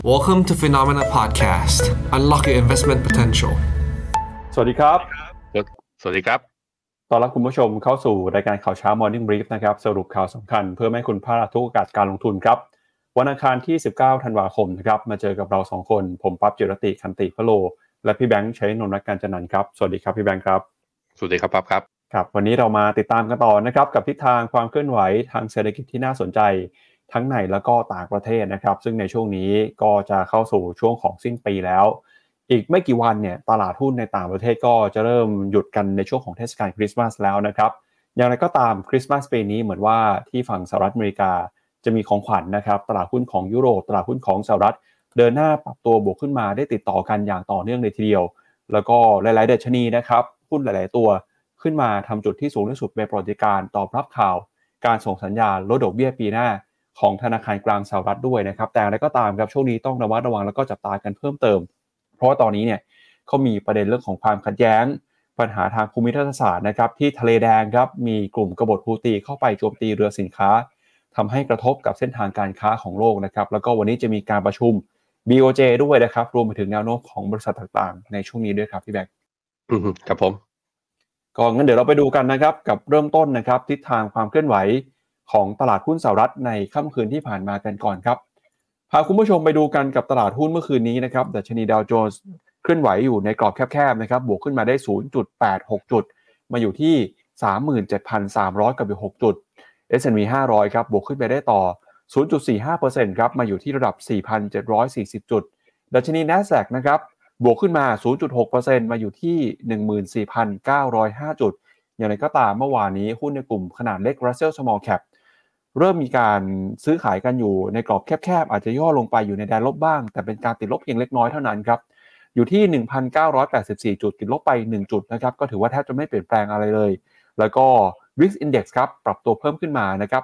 Welcome to Phenomena Podcast. Unlock your investment potential. สวัสดีครับสวัสดีครับต้อนรับคุณผู้ชมเข้าสู่รายการข่าวเช้า Morning Brief นะครับสรุปข่าวสำคัญเพื่อให้คุณพลาดทุกโอกาสการลงทุนครับวันอังคารที่19ธันวาคมนะครับมาเจอกับเรา2คนผมปั๊บจิรติคันติพโลและพี่แบงค์ชัยนนท์รักการจันนันท์ครับสวัสดีครับพี่แบงค์ครับสวัสดีครับปั๊บครับครับวันนี้เรามาติดตามกันต่อนะครับกับทิศทางความเคลื่อนไหวทางเศรษฐกิจที่น่าสนใจทั้งในแล้วก็ต่างประเทศนะครับซึ่งในช่วงนี้ก็จะเข้าสู่ช่วงของสิ้นปีแล้วอีกไม่กี่วันเนี่ยตลาดหุ้นในต่างประเทศก็จะเริ่มหยุดกันในช่วงของเทศกาลคริสต์มาสแล้วนะครับอย่างไรก็ตามคริสต์มาสปีนี้เหมือนว่าที่ฝั่งสหรัฐอเมริกาจะมีของขวัญนะครับตลาดหุ้นของยุโรปตลาดหุ้นของสหรัฐเดินหน้าปรับตัวบวกขึ้นมาได้ติดต่อกันอย่างต่อเนื่องเลยทีเดียวแล้วก็หลายๆดัชนีนะครับหุ้นหลายๆตัวขึ้นมาทำจุดที่สูงที่สุดเป็นประวัติการณ์ตอบรับข่าวการส่งสัญญาณลดดอกเบี้ยปีหน้าของธนาคารกลางสหรัฐด้วยนะครับแต่อะไรก็ตามครับช่วงนี้ต้องระมัดระวังแล้วก็จับตากันเพิ่มเติมเพราะว่าตอนนี้เนี่ยเขามีประเด็นเรื่องของความขัดแย้งปัญหาทางภูมิรัฐศาสตร์นะครับที่ทะเลแดงครับมีกลุ่มกบฏฮูตีเข้าไปโจมตีเรือสินค้าทำให้กระทบกับเส้นทางการค้าของโลกนะครับแล้วก็วันนี้จะมีการประชุม BOJ ด้วยนะครับรวมไปถึงแนวโน้มของบริษัทต่างๆในช่วงนี้ด้วยครับพี่แบงค์ครับผมก็งั้นเดี๋ยวเราไปดูกันนะครับกับเริ่มต้นนะครับทิศทางความเคลื่อนไหวของตลาดหุ้นสหรัฐในค่ำคืนที่ผ่านมากันก่อนครับพาคุณผู้ชมไปดูกันกับตลาดหุ้นเมื่อคืนนี้นะครับดัชนีดาวโจนส์เคลื่อนไหวอยู่ในกรอบแคบๆนะครับบวกขึ้นมาได้ 0.86 จุดมาอยู่ที่ 37,300 กับ6จุด S&P 500ครับบวกขึ้นไปได้ต่อ 0.45% ครับมาอยู่ที่ระดับ 4,740 จุดดัชนี NASDAQ นะครับบวกขึ้นมา 0.6% มาอยู่ที่ 14,905 จุดอย่างไรก็ตามเมื่อวานนี้หุ้นในกลุ่มขนาดเล็ก Russell Small Cap เริ่มมีการซื้อขายกันอยู่ในกรอบแคบๆอาจจะย่อลงไปอยู่ในแดนลบบ้างแต่เป็นการติดลบเพียงเล็กน้อยเท่านั้นครับอยู่ที่ 1,984 จุดติดลบไป1จุดนะครับก็ถือว่าแทบจะไม่เปลี่ยนแปลงอะไรเลยแล้วก็ VIX Index ครับปรับตัวเพิ่มขึ้นมานะครับ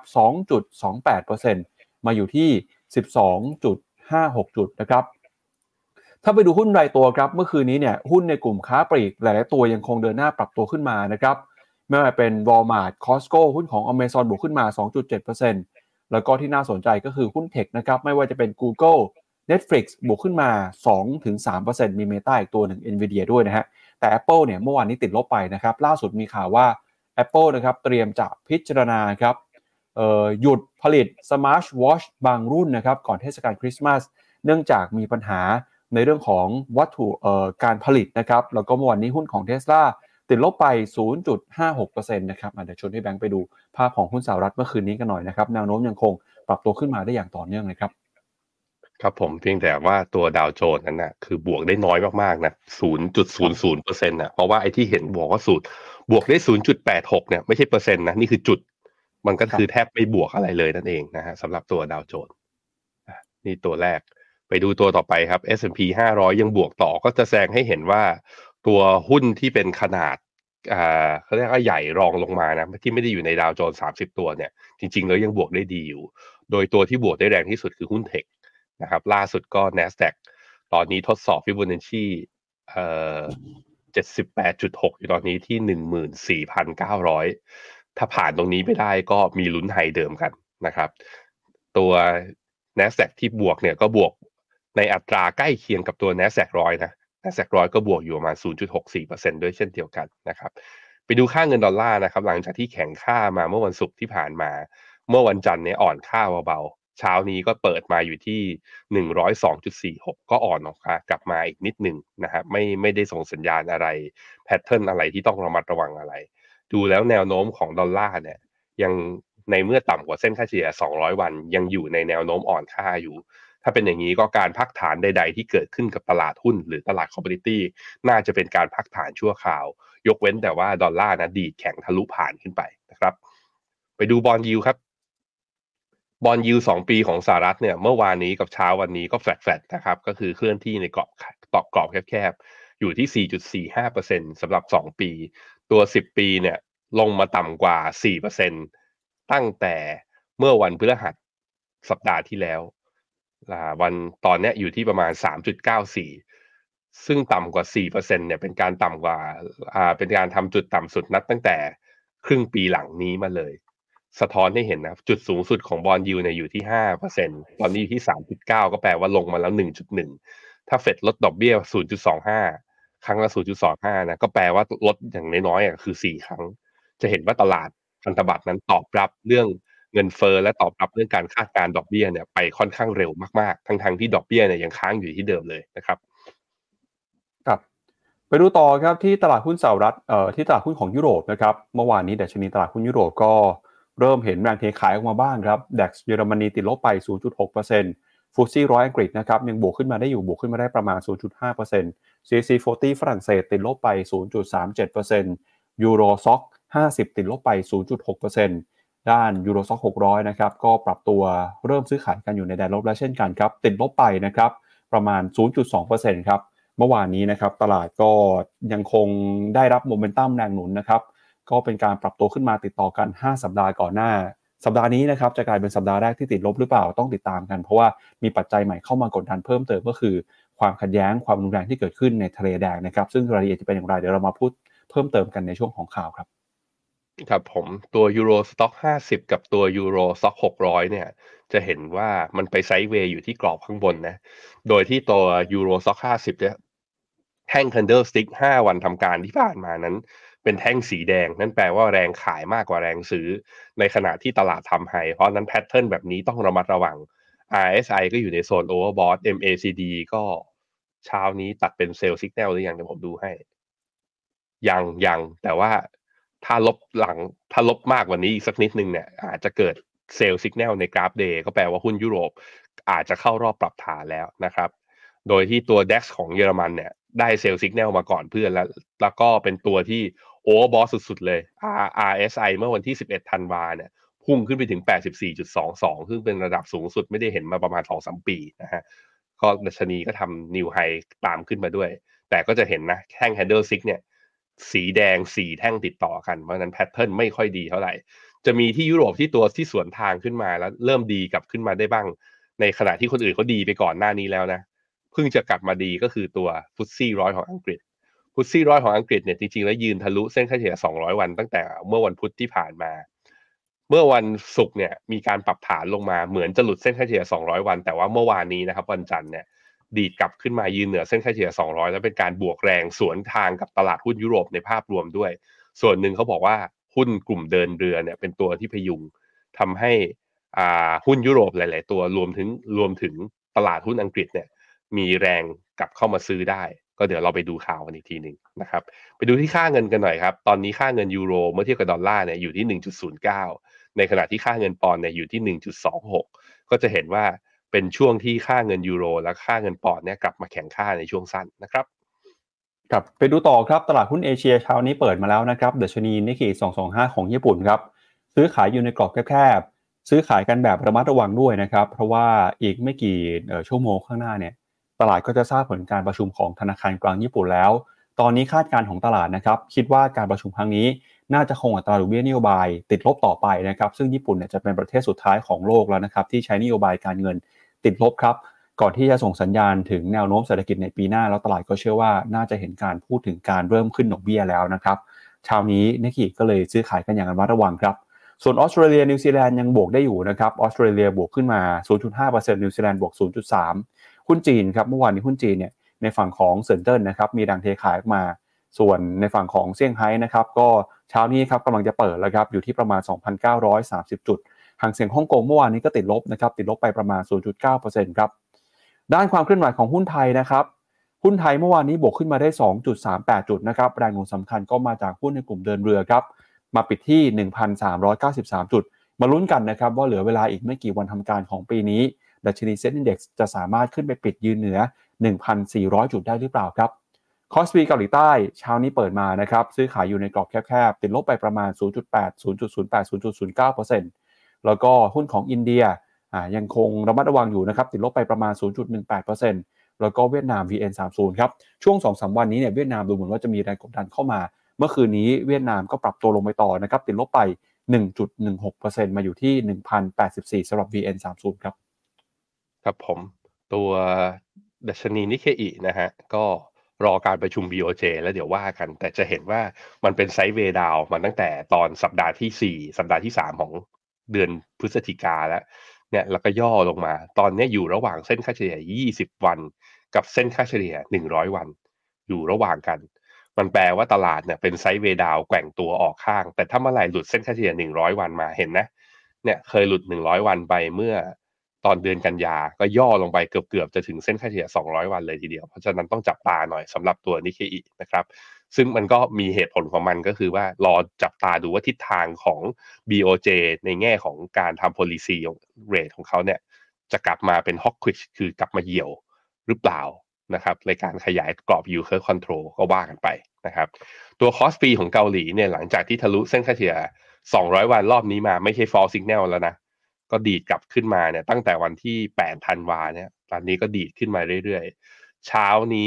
2.28% มาอยู่ที่ 12.56 จุดนะครับถ้าไปดูหุ้นรายตัวครับเมื่อคืนนี้เนี่ยหุ้นในกลุ่มค้าปลีกหลายๆตัวยังคงเดินหน้าปรับตัวขึ้นมานะครับไม่ว่าเป็น Walmart Costco หุ้นของ Amazon บวกขึ้นมา 2.7% แล้วก็ที่น่าสนใจก็คือหุ้นเทคนะครับไม่ว่าจะเป็น Google Netflix บวกขึ้นมา 2-3% มี Meta อีกตัวหนึ่ง Nvidia ด้วยนะฮะแต่ Apple เนี่ยเมื่อวานนี้ติดลบไปนะครับล่าสุดมีข่าวว่า Apple นะครับเตรียมจะพิจารณาครับหยุดผลิต Smart Watch บางรุ่นนะครับก่อนเทศกาลคริสต์มาสเนื่องจากมีปัญหาในเรื่องของวัตถุการผลิตนะครับแล้วก็เมื่อวานนี้หุ้นของ Tesla ติดลบไป 0.56% นะครับเดี๋ยวชวนให้แบงค์ไปดูภาพของหุ้นสหรัฐเมื่อคืนนี้กันหน่อยนะครับแนวโน้มยังคงปรับตัวขึ้นมาได้อย่างต่อเนื่องเลยครับครับผมเพียงแต่ว่าตัวดาวโจนส์นั้นนะคือบวกได้น้อยมากๆนะ 0.00% นะเพราะว่าไอ้ที่เห็นบอกว่าบวกได้ 0.86 เนี่ยไม่ใช่เปอร์เซ็นต์นะนี่คือจุดมันก็คือแทบไม่บวกอะไรเลยนั่นเองนะฮะสำหรับตัวดาวโจนส์นี่ตัวแรกไปดูตัวต่อไปครับ S&P 500ยังบวกต่อก็จะแสดงให้เห็นว่าตัวหุ้นที่เป็นขนาดเขาเรียกว่าใหญ่รองลงมานะที่ไม่ได้อยู่ในดาวโจนส์30ตัวเนี่ยจริงๆแล้วยังบวกได้ดีอยู่โดยตัวที่บวกได้แรงที่สุดคือหุ้นเทคนะครับล่าสุดก็ NASDAQ ตอนนี้ทดสอบ Fibonacci 78.6 อยู่ตอนนี้ที่ 14,900 ถ้าผ่านตรงนี้ไม่ได้ก็มีลุ้นไฮเดิมกันนะครับตัว NASDAQ ที่บวกเนี่ยก็บวกในอัตราใกล้เคียงกับตัว NASDAQ 100นะ NASDAQ 100ก็บวกอยู่ประมาณ 0.64% ด้วยเช่นเดียวกันนะครับไปดูค่าเงินดอลลาร์นะครับหลังจากที่แข็งค่ามาเมื่อวันศุกร์ที่ผ่านมาเมื่อวันจันทร์เนี่ยอ่อนค่าเบาๆเช้านี้ก็เปิดมาอยู่ที่ 102.46 ก็อ่อนออกกลับมาอีกนิดนึงนะครับไม่ได้ส่งสัญญาณอะไรแพทเทิร์นอะไรที่ต้องระมัดระวังอะไรดูแล้วแนวโน้มของดอลลาร์เนี่ยยังในเมื่อต่ำกว่าเส้นค่าเฉลี่ย200วันยังอยู่ในแนวโน้มอ่อนค่าอยู่ถ้าเป็นอย่างนี้ก็การพักฐานใดๆที่เกิดขึ้นกับตลาดหุ้นหรือตลาดคอมโมดิตี้น่าจะเป็นการพักฐานชั่วคราวยกเว้นแต่ว่าดอลลาร์นะดีดแข็งทะลุผ่านขึ้นไปนะครับไปดูบอนด์ยิลด์ครับบอนด์ยิลด์2ปีของสหรัฐเนี่ยเมื่อวานนี้กับเช้าวันนี้ก็แฟลตๆนะครับก็คือเคลื่อนที่ในกรอบแคบๆอยู่ที่ 4.45% สำหรับ2ปีตัว10ปีเนี่ยลงมาต่ำกว่า 4% ตั้งแต่เมื่อวันพฤหัสสัปดาห์ที่แล้ววันตอนนี้อยู่ที่ประมาณ 3.94 ซึ่งต่ำกว่า 4% เนี่ยเป็นการต่ำกว่าเป็นการทำจุดต่ำสุดนับตั้งแต่ครึ่งปีหลังนี้มาเลยสะท้อนให้เห็นนะจุดสูงสุดของบอนด์ยิลด์เนี่ยอยู่ที่ 5% ตอนนี้อยู่ที่ 3.9 ก็แปลว่าลงมาแล้ว 1.1 ถ้าเฟดลดดอกเบี้ย 0.25 ครั้งละ 0.25 นะก็แปลว่าลดอย่างน้อยๆคือ4ครั้งจะเห็นว่าตลาดพันธบัตรนั้นตอบรับเรื่องเงินเฟ้อและตอบรับเรื่องการคาดการณ์ดอกเบี้ยเนี่ยไปค่อนข้างเร็วมากๆทั้งที่ดอกเบี้ยเนี่ยยังค้างอยู่ที่เดิมเลยนะครับครับไปดูต่อครับที่ตลาดหุ้นสหรัฐที่ตลาดหุ้นของยุโรปนะครับเมื่อวานนี้ดัชนีตลาดหุ้นยุโรปก็เริ่มเห็นแรงเทขายออกมาบ้างครับ DAX เยอรมนีติดลบไป 0.6% ฟุตซี่100อังกฤษนะครับยังบวกขึ้นมาได้อยู่บวกขึ้นมาได้ประมาณ 0.5% CAC 40ฝรั่งเศสติดลบไป 0.37% ยูโรซ็อก50ติดลบไป 0.6% ด้านยูโรซ็อก600นะครับก็ปรับตัวเริ่มซื้อขายกันอยู่ในแดนลบและเช่นกันครับติดลบไปนะครับประมาณ 0.2% ครับเมื่อวานนี้นะครับตลาดก็ยังคงได้รับโมเมนตัมแรงหนุนนะครับก็เป็นการปรับตัวขึ้นมาติดต่อกัน5สัปดาห์ก่อนหน้าสัปดาห์นี้นะครับจะกลายเป็นสัปดาห์แรกที่ติดลบหรือเปล่าต้องติดตามกันเพราะว่ามีปัจจัยใหม่เข้ามากดดันเพิ่มเติมก็คือความขัดแย้งความรุนแรงที่เกิดขึ้นในทะเลแดงนะครับซึ่งรายละเอียดจะเป็นอย่างไรเดี๋ยวเรามาพูดเพิ่มเติมกันในช่วงของข่าวครับครับผมตัวยูโรสต็อก50กับตัวยูโรสต็อก600เนี่ยจะเห็นว่ามันไปไซด์เวย์อยู่ที่กรอบข้างบนนะโดยที่ตัวยูโรสต็อก50เนี่ยแท่ง candlestick 5 วันทำการที่ผ่านมานั้นเป็นแท่งสีแดงนั่นแปลว่าแรงขายมากกว่าแรงซื้อในขณะที่ตลาดทำไฮเพราะนั้นแพทเทิร์นแบบนี้ต้องระมัดระวัง RSI ก็อยู่ในโซน overbought MACD ก็เช้านี้ตัดเป็นเซลล์ signal หรือยังเดี๋ยวผมดูให้ ยังแต่ว่าถ้าลบหลังถ้าลบมากกว่านี้อีกสักนิดนึงเนี่ยอาจจะเกิดเซลล์สัญญาณในกราฟเดย์ก็แปลว่าหุ้นยุโรปอาจจะเข้ารอบปรับฐานแล้วนะครับโดยที่ตัว DAX ของเยอรมันเนี่ยได้เซลล์สัญญาณมาก่อนเพื่อนแล้วก็เป็นตัวที่โอเวอร์บอทสุดๆเลย RSI เมื่อวันที่11ธันวาเนี่ยพุ่งขึ้นไปถึง 84.22 ซึ่งเป็นระดับสูงสุดไม่ได้เห็นมาประมาณ 2-3 ปีนะฮะก็ดัชนีก็ทำนิวไฮตามขึ้นมาด้วยแต่ก็จะเห็นนะแท่ง candlestick เนี่ยสีแดง4แท่งติดต่อกันเพราะฉะนั้นแพทเทิร์นไม่ค่อยดีเท่าไหร่จะมีที่ยุโรปที่ตัวที่สวนทางขึ้นมาแล้วเริ่มดีกลับขึ้นมาได้บ้างในขณะที่คนอื่นเขาดีไปก่อนหน้านี้แล้วนะเพิ่งจะกลับมาดีก็คือตัวฟุตซี่ร้อยของอังกฤษฟุตซี่ร้อยของอังกฤษเนี่ยจริงๆแล้วยืนทะลุเส้นค่าเฉลี่ย200วันตั้งแต่เมื่อวันพุธที่ผ่านมาเมื่อวันศุกร์เนี่ยมีการปรับฐานลงมาเหมือนจะหลุดเส้นค่าเฉลี่ย200วันแต่ว่าเมื่อวานนี้นะครับวันจันทร์เนี่ยดีดกลับขึ้นมายืนเหนือเส้นค่าเฉลี่ย200แล้วเป็นการบวกแรงสวนทางกับตลาดหุ้นยุโรปในภาพรวมด้วยส่วนหนึ่งเขาบอกว่าหุ้นกลุ่มเดินเรือเนี่ยเป็นตัวที่พยุงทำให้หุ้นยุโรปหลายๆตัวรวมถึงตลาดหุ้นอังกฤษเนี่ยมีแรงกลับเข้ามาซื้อได้ก็เดี๋ยวเราไปดูข่าวกันอีกทีหนึ่งนะครับไปดูที่ค่าเงินกันหน่อยครับตอนนี้ค่าเงินยูโรเมื่อเทียบกับดอลลาร์เนี่ยอยู่ที่ 1.09 ในขณะที่ค่าเงินปอนด์เนี่ยอยู่ที่ 1.26 ก็จะเห็นว่าเป็นช่วงที่ค่าเงินยูโรและค่าเงินปอนด์เนี่ยกลับมาแข็งค่าในช่วงสั้นนะครับครับไปดูต่อครับตลาดหุ้นเอเชียเช้านี้เปิดมาแล้วนะครับดัชนีนิกเกิ225ของญี่ปุ่นครับซื้อขายอยู่ในกรอบแคบๆซื้อขายกันแบบระมัดระวังด้วยนะครับเพราะว่าอีกไม่กี่ชั่วโมงข้างหน้าเนี่ยตลาดก็จะทราบผลการประชุมของธนาคารกลางญี่ปุ่นแล้วตอนนี้คาดการณ์ของตลาดนะครับคิดว่าการประชุมครั้งนี้น่าจะคงอัตราดอกเบี้ยนโยบายติดลบต่อไปนะครับซึ่งญี่ปุ่นเนี่ยจะเป็นประเทศสุดท้ายของโลกแล้วนะครับที่ใช้นโยบายการเงินติดลบครับ ก่อนที่จะส่งสัญญาณถึงแนวโน้มเศรษฐกิจในปีหน้าแล้วตลาดก็เชื่อว่าน่าจะเห็นการพูดถึงการเริ่มขึ้นดอกเบี้ยแล้วนะครับเช้านี้นิกเกิก็เลยซื้อขายกันอย่างระมัดระวังครับส่วนออสเตรเลียนิวซีแลนด์ยังบวกได้อยู่นะครับออสเตรเลียบวกขึ้นมา 0.5% นิวซีแลนด์บวก 0.3 หุ้นจีนครับเมื่อวานนี้หุ้นจีนเนี่ยในฝั่งของเซินเจิ้นนะครับมีแรงเทขายออกมาส่วนในฝั่งของเซี่ยงไฮ้นะครับก็เช้านี้ครับกำลังจะเปิดแล้วครับอยู่ที่ประมาณ 2,930 จุดหางเสียงฮ่องกงเมื่อวานนี้ก็ติดลบนะครับติดลบไปประมาณ 0.9% ครับด้านความเคลื่อนไหวของหุ้นไทยนะครับหุ้นไทยเมื่อวานนี้บวกขึ้นมาได้ 2.38 จุดนะครับแรงหนุนสำคัญก็มาจากหุ้นในกลุ่มเดินเรือครับมาปิดที่ 1,393 จุดมาลุ้นกันนะครับว่าเหลือเวลาอีกไม่กี่วันทำการของปีนี้ดัชนีเซ็นดี Index จะสามารถขึ้นไปปิดยืนเหนือ 1,400 จุดได้หรือเปล่าครับคอสปีเกาหลีใต้เช้านี้เปิดมานะครับซื้อขายอยู่ในกรอบแคบๆติดลบไปประมาณ 0.8 0.08 0.09% แล้วก็หุ้นของอินเดียยังคงระมัดระวังอยู่นะครับติดลบไปประมาณ 0.18% แล้วก็เวียดนาม VN30 ครับช่วง 2-3 วันนี้เนี่ยเวียดนามดูเหมือนว่าจะมีแรงกดดันเข้ามาเมื่อคืนนี้เวียดนามก็ปรับตัวลงไปต่อนะครับติดลบไป 1.16% มาอยู่ที่ 1,084 สำหรับ VN30 ครับครับผมตัวดัชนีนิเคอินะฮะก็รอการประชุม BOJ แล้วเดี๋ยวว่ากันแต่จะเห็นว่ามันเป็นไซด์เวย์ดาวน์มาตั้งแต่ตอนสัปดาห์ที่4สัปดาห์ที่3ของเดือนพฤศจิกาแล้วเนี่ยแล้วก็ย่อลงมาตอนนี้อยู่ระหว่างเส้นค่าเฉลี่ย20วันกับเส้นค่าเฉลี่ย100วันอยู่ระหว่างกันมันแปลว่าตลาดเนี่ยเป็นไซด์เวย์ดาวแกว่งตัวออกข้างแต่ถ้าเมื่อไหร่หลุดเส้นค่าเฉลี่ย100วันมาเห็นนะเนี่ยเคยหลุด100วันไปเมื่อตอนเดือนกันยาก็ย่อลงไปเกือบจะถึงเส้นค่าเฉลี่ย200วันเลยทีเดียวเพราะฉะนั้นต้องจับตาหน่อยสำหรับตัวนิเคอินะครับซึ่งมันก็มีเหตุผลของมันก็คือว่ารอจับตาดูว่าทิศทางของ BOJ ในแง่ของการทำ policy rate ของเขาเนี่ยจะกลับมาเป็น hawkish คือกลับมาเหี่ยวหรือเปล่านะครับในการขยายกรอบ yield curve control ก็ว่ากันไปนะครับตัว cost fee ของเกาหลีเนี่ยหลังจากที่ทะลุเส้นค่าเฉลี่ย200วันรอบนี้มาไม่ใช่ fall signal แล้วนะก็ดีดกลับขึ้นมาเนี่ยตั้งแต่วันที่8ธันวาเนี่ยตอนนี้ก็ดีดขึ้นมาเรื่อยๆเช้านี้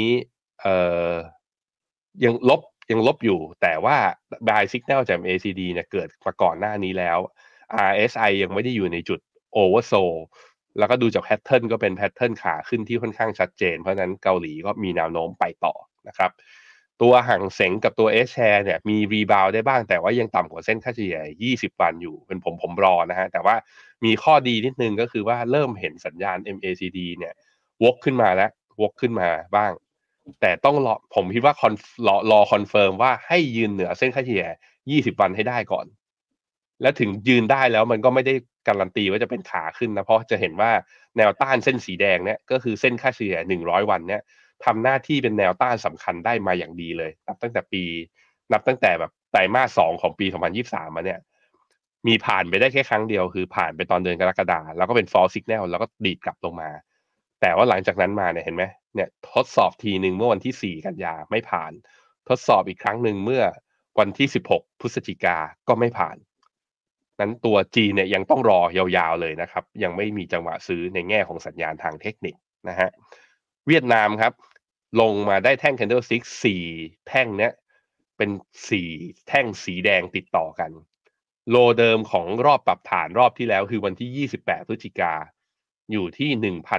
ยังลบอยู่แต่ว่า buy signal จาก MACD เนี่ยเกิดมาก่อนหน้านี้แล้ว RSI ยังไม่ได้อยู่ในจุด oversold แล้วก็ดูจากแพทเทิร์นก็เป็นแพทเทิร์นขาขึ้นที่ค่อนข้างชัดเจนเพราะนั้นเกาหลีก็มีแนวโน้มไปต่อนะครับตัวห่างเส็งกับตัว S-share เนี่ยมีรีบาวได้บ้างแต่ว่ายังต่ำกว่าเส้นค่าเฉลี่ย20วันอยู่เป็นผมรอนะฮะแต่ว่ามีข้อดีนิดนึงก็คือว่าเริ่มเห็นสัญญาณ MACD เนี่ยวกขึ้นมาแล้ววกขึ้นมาบ้างแต่ต้องรอผมคิดว่ารอคอนเฟิร์มว่าให้ยืนเหนือเส้นค่าเฉลี่ย20วันให้ได้ก่อนและถึงยืนได้แล้วมันก็ไม่ได้การันตีว่าจะเป็นขาขึ้นนะเพราะจะเห็นว่าแนวต้านเส้นสีแดงเนี่ยก็คือเส้นค่าเฉลี่ย100วันเนี่ยทำหน้าที่เป็นแนวต้านสำคัญได้มาอย่างดีเลยนับตั้งแต่แบบไตรมาส2ของปี2023มาเนี่ยมีผ่านไปได้แค่ครั้งเดียวคือผ่านไปตอนเดือนกรกฎาคมแล้วก็เป็น fall signal แล้วก็ดีดกลับลงมาแต่ว่าหลังจากนั้นมาเนี่ยเห็นไหมเนี่ยทดสอบทีหนึ่งเมื่อวันที่4กันยาไม่ผ่านทดสอบอีกครั้งหนึ่งเมื่อวันที่16พฤศจิกาก็ไม่ผ่านนั้นตัวจีนเนี่ยยังต้องรอยาวๆเลยนะครับยังไม่มีจังหวะซื้อในแง่ของสัญญาณทางเทคนิคนะฮะเวียดนามครับลงมาได้แท่ง candlestick 4แท่งเนี้ยเป็น4แท่งสีแดงติดต่อกันโลเดิมของรอบปรับฐานรอบที่แล้วคือวันที่28พฤศจิกาอยู่ที่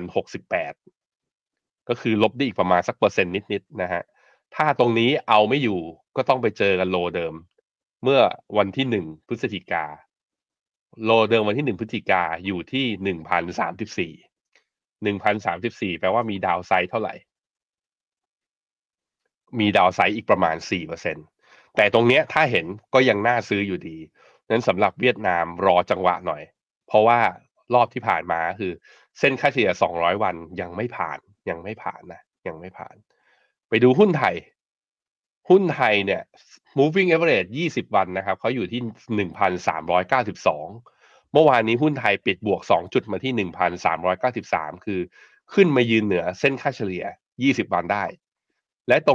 1,068 ก็คือลบได้อีกประมาณสักเปอร์เซ็นต์นิดๆนะฮะถ้าตรงนี้เอาไม่อยู่ก็ต้องไปเจอกันโลเดิมเมื่อวันที่1พฤศจิกาโลเดิมวันที่1พฤศจิกาอยู่ที่ 1,034 แปลว่ามีดาวไซด์เท่าไหร่มีดาวไซด์อีกประมาณ 4% แต่ตรงเนี้ยถ้าเห็นก็ยังน่าซื้ออยู่ดีนั้นสำหรับเวียดนามรอจังหวะหน่อยเพราะว่ารอบที่ผ่านมาคือเส้นค่าเฉลี่ย200วันยังไม่ผ่านนะยังไม่ผ่านไปดูหุ้นไทยเนี่ย moving average 20วันนะครับเขาอยู่ที่ 1,392 เมื่อวานนี้หุ้นไทยปิดบวก2จุดมาที่ 1,393 คือขึ้นมายืนเหนือเส้นค่าเฉลี่ย20วันได้และตรง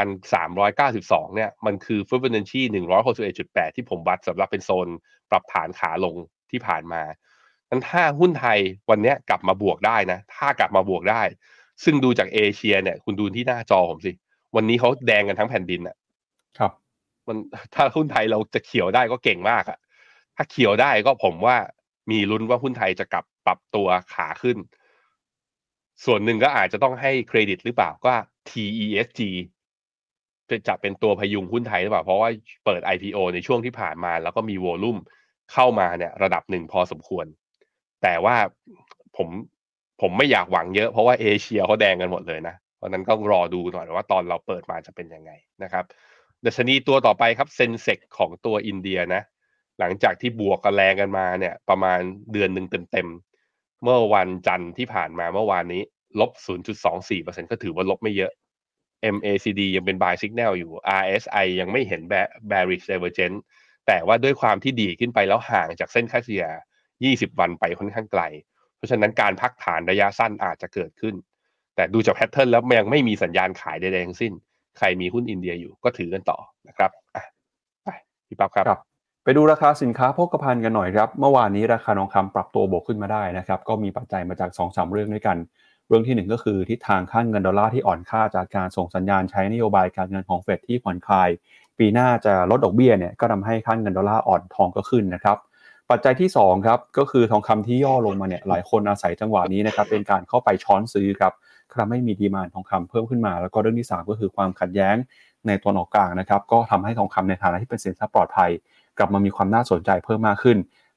1,392 เนี่ยมันคือ Fibonacci 161.8 ที่ผมวัดสำหรับเป็นโซนปรับฐานขาลงที่ผ่านมานั้นถ้าหุ้นไทยวันนี้กลับมาบวกได้นะถ้ากลับมาบวกได้ซึ่งดูจากเอเชียเนี่ยคุณดูที่หน้าจอผมสิวันนี้เขาแดงกันทั้งแผ่นดินอ่ะครับมันถ้าหุ้นไทยเราจะเขียวได้ก็เก่งมากอ่ะถ้าเขียวได้ก็ผมว่ามีลุ้นว่าหุ้นไทยจะกลับปรับตัวขาขึ้นส่วนหนึ่งก็อาจจะต้องให้เครดิตหรือเปล่าก็ TESG จะเป็นตัวพยุงหุ้นไทยหรือเปล่าเพราะว่าเปิด IPO ในช่วงที่ผ่านมาแล้วก็มีวอลุ่มเข้ามาเนี่ยระดับหนึ่งพอสมควรแต่ว่าผมไม่อยากหวังเยอะเพราะว่าเอเชียเขาแดงกันหมดเลยนะเพราะนั้นก็รอดูหน่อยว่าตอนเราเปิดมาจะเป็นยังไงนะครับดัชนีตัวต่อไปครับเซนเซกของตัวอินเดียนะหลังจากที่บวกกันแรงกันมาเนี่ยประมาณเดือนหนึ่งเต็มๆเมื่อวันจันทร์ที่ผ่านมาเมื่อวานนี้ลบ 0.24% ก็ถือว่าลบไม่เยอะ MACD ยังเป็น buy signal อยู่ RSI ยังไม่เห็น bearish divergence แต่ว่าด้วยความที่ดีขึ้นไปแล้วห่างจากเส้นค่าเฉลี่ย20วันไปค่อนข้างไกลเพราะฉะนั้นการพักฐานระยะสั้นอาจจะเกิดขึ้นแต่ดูจากแพทเทิร์นแล้วยังไม่มีสัญญาณขายใดๆทั้งสิ้นใครมีหุ้นอินเดียอยู่ก็ถือกันต่อนะครับไปพี่ปั๊บครับไปดูราคาสินค้าโภคภัณฑ์กันหน่อยครับเมื่อวานนี้ราคาทองคำปรับตัวบวกขึ้นมาได้นะครับก็มีปัจจัยมาจาก 2-3 เรื่องด้วยกันเรื่องที่1ก็คือทิศทางค่าเงินดอลลาร์ที่อ่อนค่าจากการส่งสัญญาณใช้นโยบายการเงินของเฟดที่ผ่อนคลายปีหน้าจะลดดอกเบี้ยเนี่ยก็ทำให้ค่าเงินดอลลาร์อ่อนทองก็ขึ้นนะครับปัจจัยที่2ครับก็คือทองคำที่ย่อลงมาเนี่ยหลายคนอาศัยจังหวะนี้นะครับเป็นการเข้าไปช้อนซื้อครับทำให้มีดีมานด์ทองคำเพิ่มขึ้นมาแล้วก็เรื่องที่3ก็คือความขัดแย้งในตะวันออกกลางนะครับก็ทำให้ทองคำในฐานะที่เป็นสินทรัพย์ปลอดภัยกลับมามีความน่าสนใจเพิ่มมากขึ้น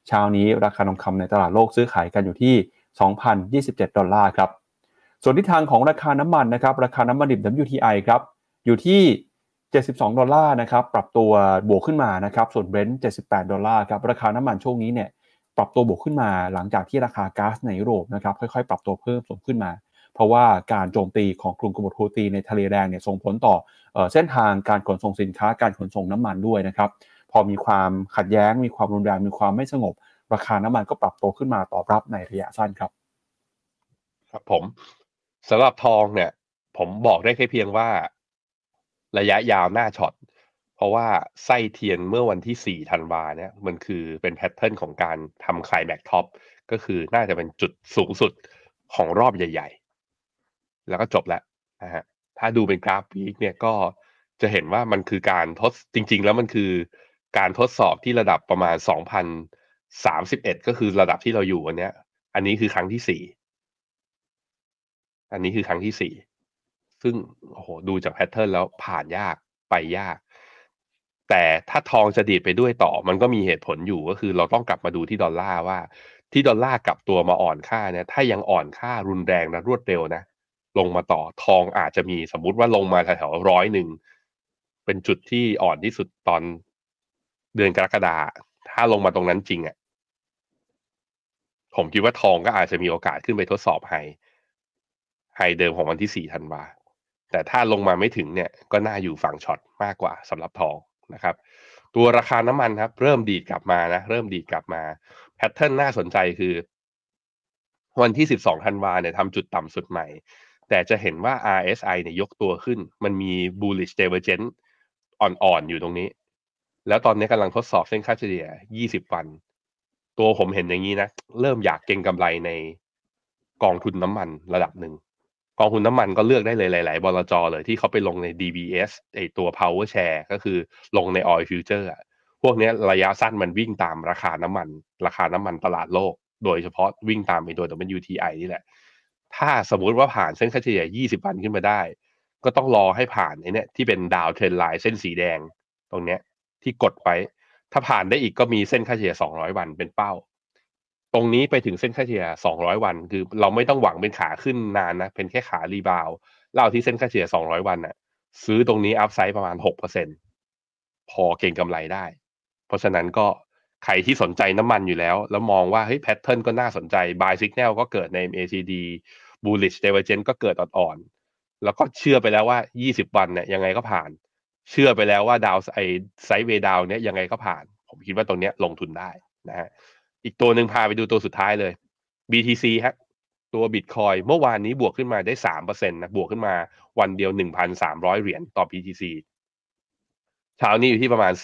เช้านี้ราคาทองคำในตลาดโลกซื้อขายกันอยู่ที่ $2,027 ครับส่วนทิศทางของราคาน้ำมันนะครับราคาน้ำมันดิบ WTI ครับอยู่ที่$72นะครับปรับตัวบวกขึ้นมานะครับส่วน Brent $78ครับราคาน้ำมันช่วงนี้เนี่ยปรับตัวบวกขึ้นมาหลังจากที่ราคาก๊าซในยุโรปนะครับค่อยๆปรับตัวเพิ่มสูงขึ้นมาเพราะว่าการโจมตีของกลุ่มกบฏฮูตีในทะเลแดงเนี่ยส่งผลต่อเส้นทางการขนส่งสินค้าการขนส่งน้ำมันด้วยนะครับพอมีความขัดแย้งมีความรุนแรงมีความไม่สงบราคาน้ำมันก็ปรับตัวขึ้นมาตอบรับในระยะสั้นครับครับผมสำหรับทองเนี่ยผมบอกได้แค่เพียงว่าระยะยาวหน้าช็อตเพราะว่าไส้เทียนเมื่อวันที่4ธันวาเนี่ยมันคือเป็นแพทเทิร์นของการทำไคลแม็กซ์ท็อปก็คือน่าจะเป็นจุดสูงสุดของรอบใหญ่ๆแล้วก็จบแล้วนะฮะถ้าดูเป็นกราฟวีคเนี่ยก็จะเห็นว่ามันคือการจริงๆแล้วมันคือการทดสอบที่ระดับประมาณ2,031ก็คือระดับที่เราอยู่วันนี้อันนี้คือครั้งที่4อันนี้คือครั้งที่4ซึ่งโอ้โหดูจากแพทเทิร์นแล้วผ่านยากไปยากแต่ถ้าทองจะดีดไปด้วยต่อมันก็มีเหตุผลอยู่ก็คือเราต้องกลับมาดูที่ดอลลาร์ว่าที่ดอลลาร์กลับตัวมาอ่อนค่าเนี่ยถ้ายังอ่อนค่ารุนแรงและรวดเร็วนะลงมาต่อทองอาจจะมีสมมุติว่าลงมาแถวๆ100เป็นจุดที่อ่อนที่สุดตอนเดือนกรกฎาคมถ้าลงมาตรงนั้นจริงอ่ะผมคิดว่าทองก็อาจจะมีโอกาสขึ้นไปทดสอบไฮเดิมของวันที่4ธันวาแต่ถ้าลงมาไม่ถึงเนี่ยก็น่าอยู่ฝั่งช็อตมากกว่าสำหรับทองนะครับตัวราคาน้ำมันครับเริ่มดีดกลับมาแพทเทิร์นน่าสนใจคือวันที่12ธันวาเนี่ยทำจุดต่ำสุดใหม่แต่จะเห็นว่า RSI เนี่ยยกตัวขึ้นมันมี bullish divergence อ่อนๆอยู่ตรงนี้แล้วตอนนี้กำลังทดสอบเส้นค่าเฉลี่ย20วันตัวผมเห็นอย่างนี้นะเริ่มอยากเก็งกำไรในกองทุนน้ำมันระดับหนึ่งกองทุนน้ำมันก็เลือกได้เลยหลายๆบลจ.เลยที่เขาไปลงใน DBS ไอตัว Power Share ก็คือลงใน Oil Future อะพวกนี้ระยะสั้นมันวิ่งตามราคาน้ำมันตลาดโลกโดยเฉพาะวิ่งตามไอตัว WTI นี่แหละถ้าสมมุติว่าผ่านเส้นค่าเฉลี่ย20วันขึ้นมาได้ก็ต้องรอให้ผ่านไอเนี้ยที่เป็นดาวเทรนไลน์เส้นสีแดงตรงเนี้ยที่กดไว้ถ้าผ่านได้อีกก็มีเส้นค่าเฉลี่ย200วันเป็นเป้าตรงนี้ไปถึงเส้นค่าเฉลี่ย200วันคือเราไม่ต้องหวังเป็นขาขึ้นนานนะเป็นแค่ขารีบาวเล่าที่เส้นค่าเฉลี่ย200วันน่ะซื้อตรงนี้อัพไซด์ประมาณ 6% พอเก็งกำไรได้เพราะฉะนั้นก็ใครที่สนใจน้ำมันอยู่แล้วมองว่าเฮ้ยแพทเทิร์นก็น่าสนใจ buy signal ก็เกิดใน MACD bullish divergence ก็เกิดอ่อนๆแล้วก็เชื่อไปแล้วว่า20วันเนี่ยยังไงก็ผ่านเชื่อไปแล้วว่าดาวไซด์เวย์ดาวเนี่ยยังไงก็ผ่านผมคิดว่าตรงเนี้ยลงทุนได้นะฮะอีกตัวหนึ่งพาไปดูตัวสุดท้ายเลย BTC ฮะตัว Bitcoin เมื่อวานนี้บวกขึ้นมาได้ 3% นะบวกขึ้นมาวันเดียว 1,300 เหรียญต่อ BTC เช้านี้อยู่ที่ประมาณ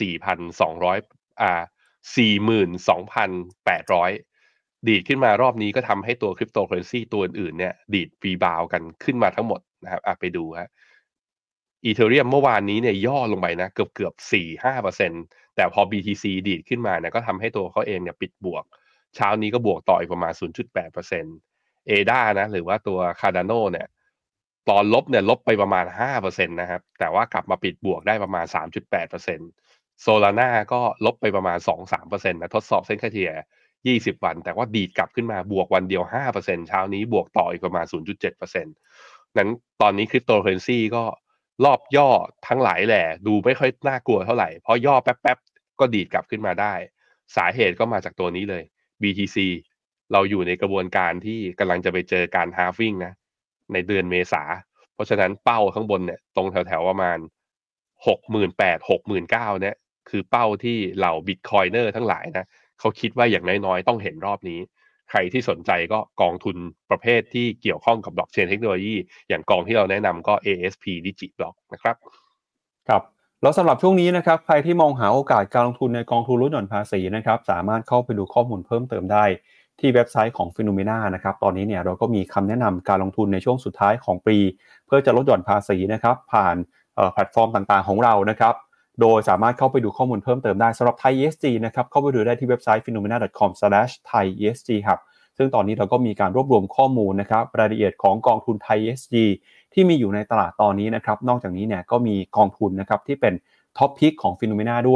42,800 ดีดขึ้นมารอบนี้ก็ทำให้ตัวคริปโตเคอเรนซีตัวอื่นๆเนี่ยดีดรีบาวกันขึ้นมาทั้งหมดนะครับไปดูฮะอีเธอเรียมเมื่อวานนี้เนี่ยย่อลงไปนะเกือบ 4-5% แต่พอ BTC ดีดขึ้นมาเนี่ยก็ทำให้ตัวเขาเองเนี่ยปิดบวกเช้านี้ก็บวกต่ออีกประมาณ 0.8% ADA นะหรือว่าตัว Cardano เนี่ยตอนลบเนี่ยลบไปประมาณ 5% นะครับแต่ว่ากลับมาปิดบวกได้ประมาณ 3.8% Solana ก็ลบไปประมาณ 2-3% นะทดสอบเส้นค่าเฉลี่ย20วันแต่ว่าดีดกลับขึ้นมาบวกวันเดียว 5% เช้านี้บวกต่ออีกประมาณ 0.7% นั้นตอนนี้คริปโตเคอเรนซีก็รอบย่อทั้งหลายแหละดูไม่ค่อยน่ากลัวเท่าไหร่เพราะย่อแป๊บๆก็ดีดกลับขึ้นมาได้สาเหตุก็มาจากตัวนี้เลย BTC เราอยู่ในกระบวนการที่กำลังจะไปเจอการ halving นะในเดือนเมษาเพราะฉะนั้นเป้าข้างบนเนี่ยตรงแถวๆประมาณ 68,000-69,000 เนี่ยคือเป้าที่เหล่า Bitcoiner ทั้งหลายนะเขาคิดว่าอย่างน้อยๆต้องเห็นรอบนี้ใครที่สนใจก็กองทุนประเภทที่เกี่ยวข้องกับบล็อกเชนเทคโนโลยีอย่างกองที่เราแนะนำก็ ASP DigiBlock นะครับครับแล้วสำหรับช่วงนี้นะครับใครที่มองหาโอกาสการลงทุนในกองทุนลดหย่อนภาษีนะครับสามารถเข้าไปดูข้อมูลเพิ่มเติมได้ที่เว็บไซต์ของ Phenomena นะครับตอนนี้เนี่ยเราก็มีคำแนะนำการลงทุนในช่วงสุดท้ายของปีเพื่อจะลดหย่อนภาษีนะครับผ่านแพลตฟอร์มต่างๆของเรานะครับโดยสามารถเข้าไปดูข้อมูลเพิ่มเติมได้สำหรับ Thai ESG นะครับเข้าไปดูได้ที่เว็บไซต์ phenomena.com/thaiesg ครับซึ่งตอนนี้เราก็มีการรวบรวมข้อมูลนะครับรายละเอียดของกองทุน Thai ESG ที่มีอยู่ในตลาดตอนนี้นะครับนอกจากนี้เนี่ยก็มีกองทุนนะครับที่เป็นท็อปพิกของ Phenomena ด้วย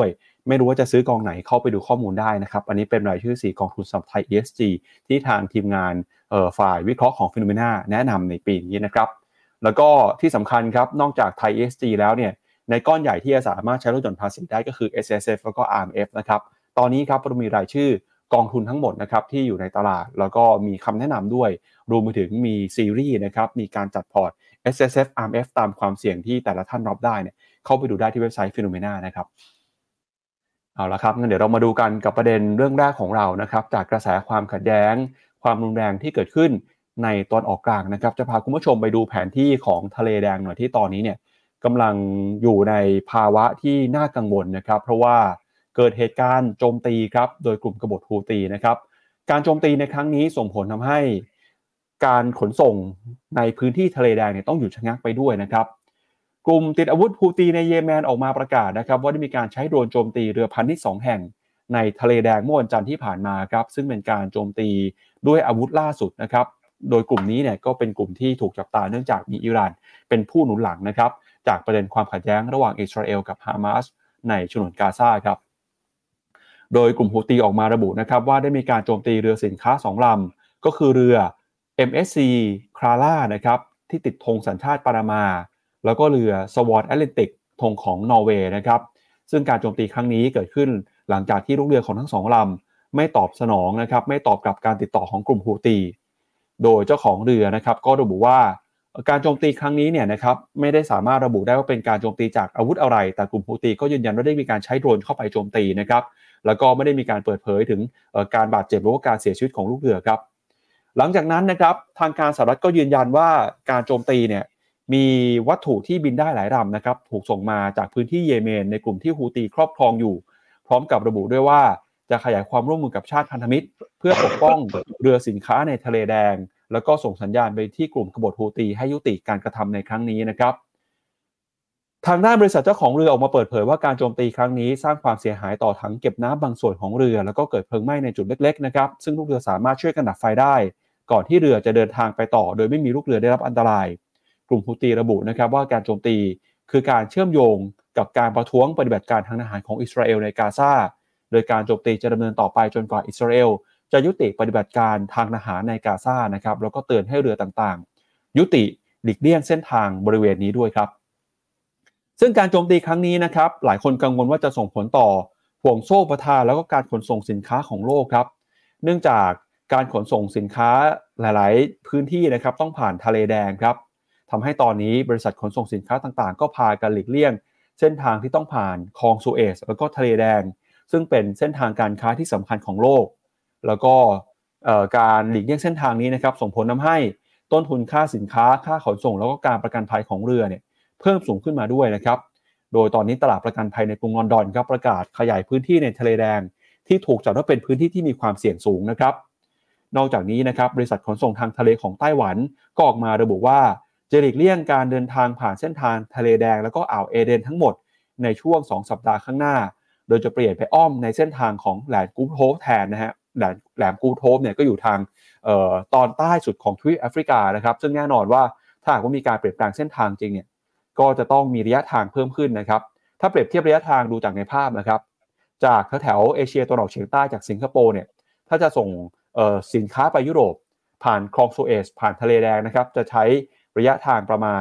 ไม่รู้ว่าจะซื้อกองไหนเข้าไปดูข้อมูลได้นะครับอันนี้เป็นรายชื่อ4กองทุนสำหรับไทย ESG ที่ทางทีมงานฝ่ายวิเคราะห์ของ Phenomena แนะนำในปีนี้นะครับแล้วก็ที่สำคัญครับนอกจากไทย ESG แล้วเนี่ยในก้อนใหญ่ที่จะสามารถใช้ลดหย่อนภาษีได้ก็คือ SSF แล้วก็ RMF นะครับตอนนี้ครับเรามีรายชื่อกองทุนทั้งหมดนะครับที่อยู่ในตลาดแล้วก็มีคำแนะนำด้วยรวมไปถึงมีซีรีส์นะครับมีการจัดพอร์ต SSF RMF ตามความเสี่ยงที่แต่ละท่านรับได้เนี่ยเข้าไปดูได้ที่เว็บไซต์ Phenomena นะครับเอาละครับงั้นเดี๋ยวเรามาดูกันกับประเด็นเรื่องแรกของเรานะครับจากกระแสความขัดแย้งความรุนแรงที่เกิดขึ้นในตอนออกกลางนะครับจะพาคุณผู้ชมไปดูแผนที่ของทะเลแดงหน่อยที่ตอนนี้เนี่ยกำลังอยู่ในภาวะที่น่ากังวลนะครับเพราะว่าเกิดเหตุการณ์โจมตีครับโดยกลุ่มกบฏฮูตีนะครับการโจมตีในครั้งนี้ส่งผลทำให้การขนส่งในพื้นที่ทะเลแดงเนี่ยต้องหยุดชะงักไปด้วยนะครับกลุ่มติดอาวุธฮูตีในเยเมนออกมาประกาศนะครับว่าได้มีการใช้โดรนโจมตีเรือพาณิชย์2แห่งในทะเลแดงเมื่อวันจันทร์ที่ผ่านมาครับซึ่งเป็นการโจมตีด้วยอาวุธล่าสุดนะครับโดยกลุ่มนี้เนี่ยก็เป็นกลุ่มที่ถูกจับตาเนื่องจากมีอิหร่านเป็นผู้หนุนหลังนะครับจากประเด็นความขัดแย้งระหว่างอิสราเอลกับฮามาสในฉนวนกาซาครับโดยกลุ่มฮูตีออกมาระบุนะครับว่าได้มีการโจมตีเรือสินค้า2ลำก็คือเรือ MSC Clara นะครับที่ติดธงสัญชาติปานามาแล้วก็เรือ Swan Atlantic ธงของนอร์เวย์นะครับซึ่งการโจมตีครั้งนี้เกิดขึ้นหลังจากที่ลูกเรือของทั้ง2ลำไม่ตอบสนองนะครับไม่ตอบกับการติดต่อของกลุ่มฮูตีโดยเจ้าของเรือนะครับก็ระบุว่าการโจมตีครั้งนี้เนี่ยนะครับไม่ได้สามารถระบุได้ว่าเป็นการโจมตีจากอาวุธอะไรแต่กลุ่มฮูตีก็ยืนยันว่าได้มีการใช้โดรนเข้าไปโจมตีนะครับแล้วก็ไม่ได้มีการเปิดเผยถึงการบาดเจ็บหรือว่าการเสียชีวิตของลูกเรือครับหลังจากนั้นนะครับทางการสหรัฐก็ยืนยันว่าการโจมตีเนี่ยมีวัตถุที่บินได้หลายลำนะครับถูกส่งมาจากพื้นที่เยเมนในกลุ่มที่ฮูตีครอบครองอยู่พร้อมกับระบุด้วยว่าจะขยายความร่วมมือกับชาติพันธมิตรเพื่อปกป้องเรือสินค้าในทะเลแดงแล้วก็ส่งสัญญาณไปที่กลุ่มกบฏฮูตีให้ยุติการกระทำในครั้งนี้นะครับทางด้านบริษัทเจ้าของเรือออกมาเปิดเผยว่าการโจมตีครั้งนี้สร้างความเสียหายต่อถังเก็บน้ำบางส่วนของเรือแล้วก็เกิดเพลิงไหม้ในจุดเล็กๆนะครับซึ่งลูกเรือสามารถช่วยกันดับไฟได้ก่อนที่เรือจะเดินทางไปต่อโดยไม่มีลูกเรือได้รับอันตรายกลุ่มฮูตีระบุนะครับว่าการโจมตีคือการเชื่อมโยงกับการประท้วงปฏิบัติการทางทหารของอิสราเอลในกาซาโดยการโจมตีจะดำเนินต่อไปจนกว่าอิสราเอลจะยุติปฏิบัติการทางทหารในกาซานะครับแล้วก็เตือนให้เรือต่างๆยุติหลีกเลี่ยงเส้นทางบริเวณนี้ด้วยครับซึ่งการโจมตีครั้งนี้นะครับหลายคนกังวลว่าจะส่งผลต่อห่วงโซ่ประทานแล้วก็การขนส่งสินค้าของโลกครับเนื่องจากการขนส่งสินค้าหลายๆพื้นที่นะครับต้องผ่านทะเลแดงครับทำให้ตอนนี้บริษัทขนส่งสินค้าต่างๆก็พากันหลีกเลี่ยงเส้นทางที่ต้องผ่านคลองสุเอซแล้วก็ทะเลแดงซึ่งเป็นเส้นทางการค้าที่สำคัญของโลกแล้วก็การหลีกเลี่ยงเส้นทางนี้นะครับส่งผลทำให้ต้นทุนค่าสินค้าค่าขนส่งแล้วก็การประกันภัยของเรือเนี่ยเพิ่มสูงขึ้นมาด้วยนะครับโดยตอนนี้ตลาดประกันภัยในกรุงลอนดอนครับประกาศขยายพื้นที่ในทะเลแดงที่ถูกจัดว่าเป็นพื้นที่ที่มีความเสี่ยงสูงนะครับนอกจากนี้นะครับบริษัทขนส่งทางทะเลของไต้หวันก็ออกมาระบุว่าจะหลีกเลี่ยงการเดินทางผ่านเส้นทางทะเลแดงแล้วก็อ่าวเอเดนทั้งหมดในช่วง2สัปดาห์ข้างหน้าโดยจะเปลี่ยนไปอ้อมในเส้นทางของแหลมกูดโฮปแทนนะฮะแหลมกูดโฮปเนี่ยก็อยู่ทางตอนใต้สุดของทวีปแอฟริกานะครับซึ่งแน่นอนว่าถ้าหากว่ามีการเปลี่ยนแปลงเส้นทางจริงเนี่ยก็จะต้องมีระยะทางเพิ่มขึ้นนะครับถ้าเปรียบเทียบระยะทางดูจากในภาพนะครับจากแถวเอเชียตะวันออกเฉียงใต้จากสิงคโปร์เนี่ยถ้าจะส่งสินค้าไปยุโรปผ่านคลองสุเอซผ่านทะเลแดงนะครับจะใช้ระยะทางประมาณ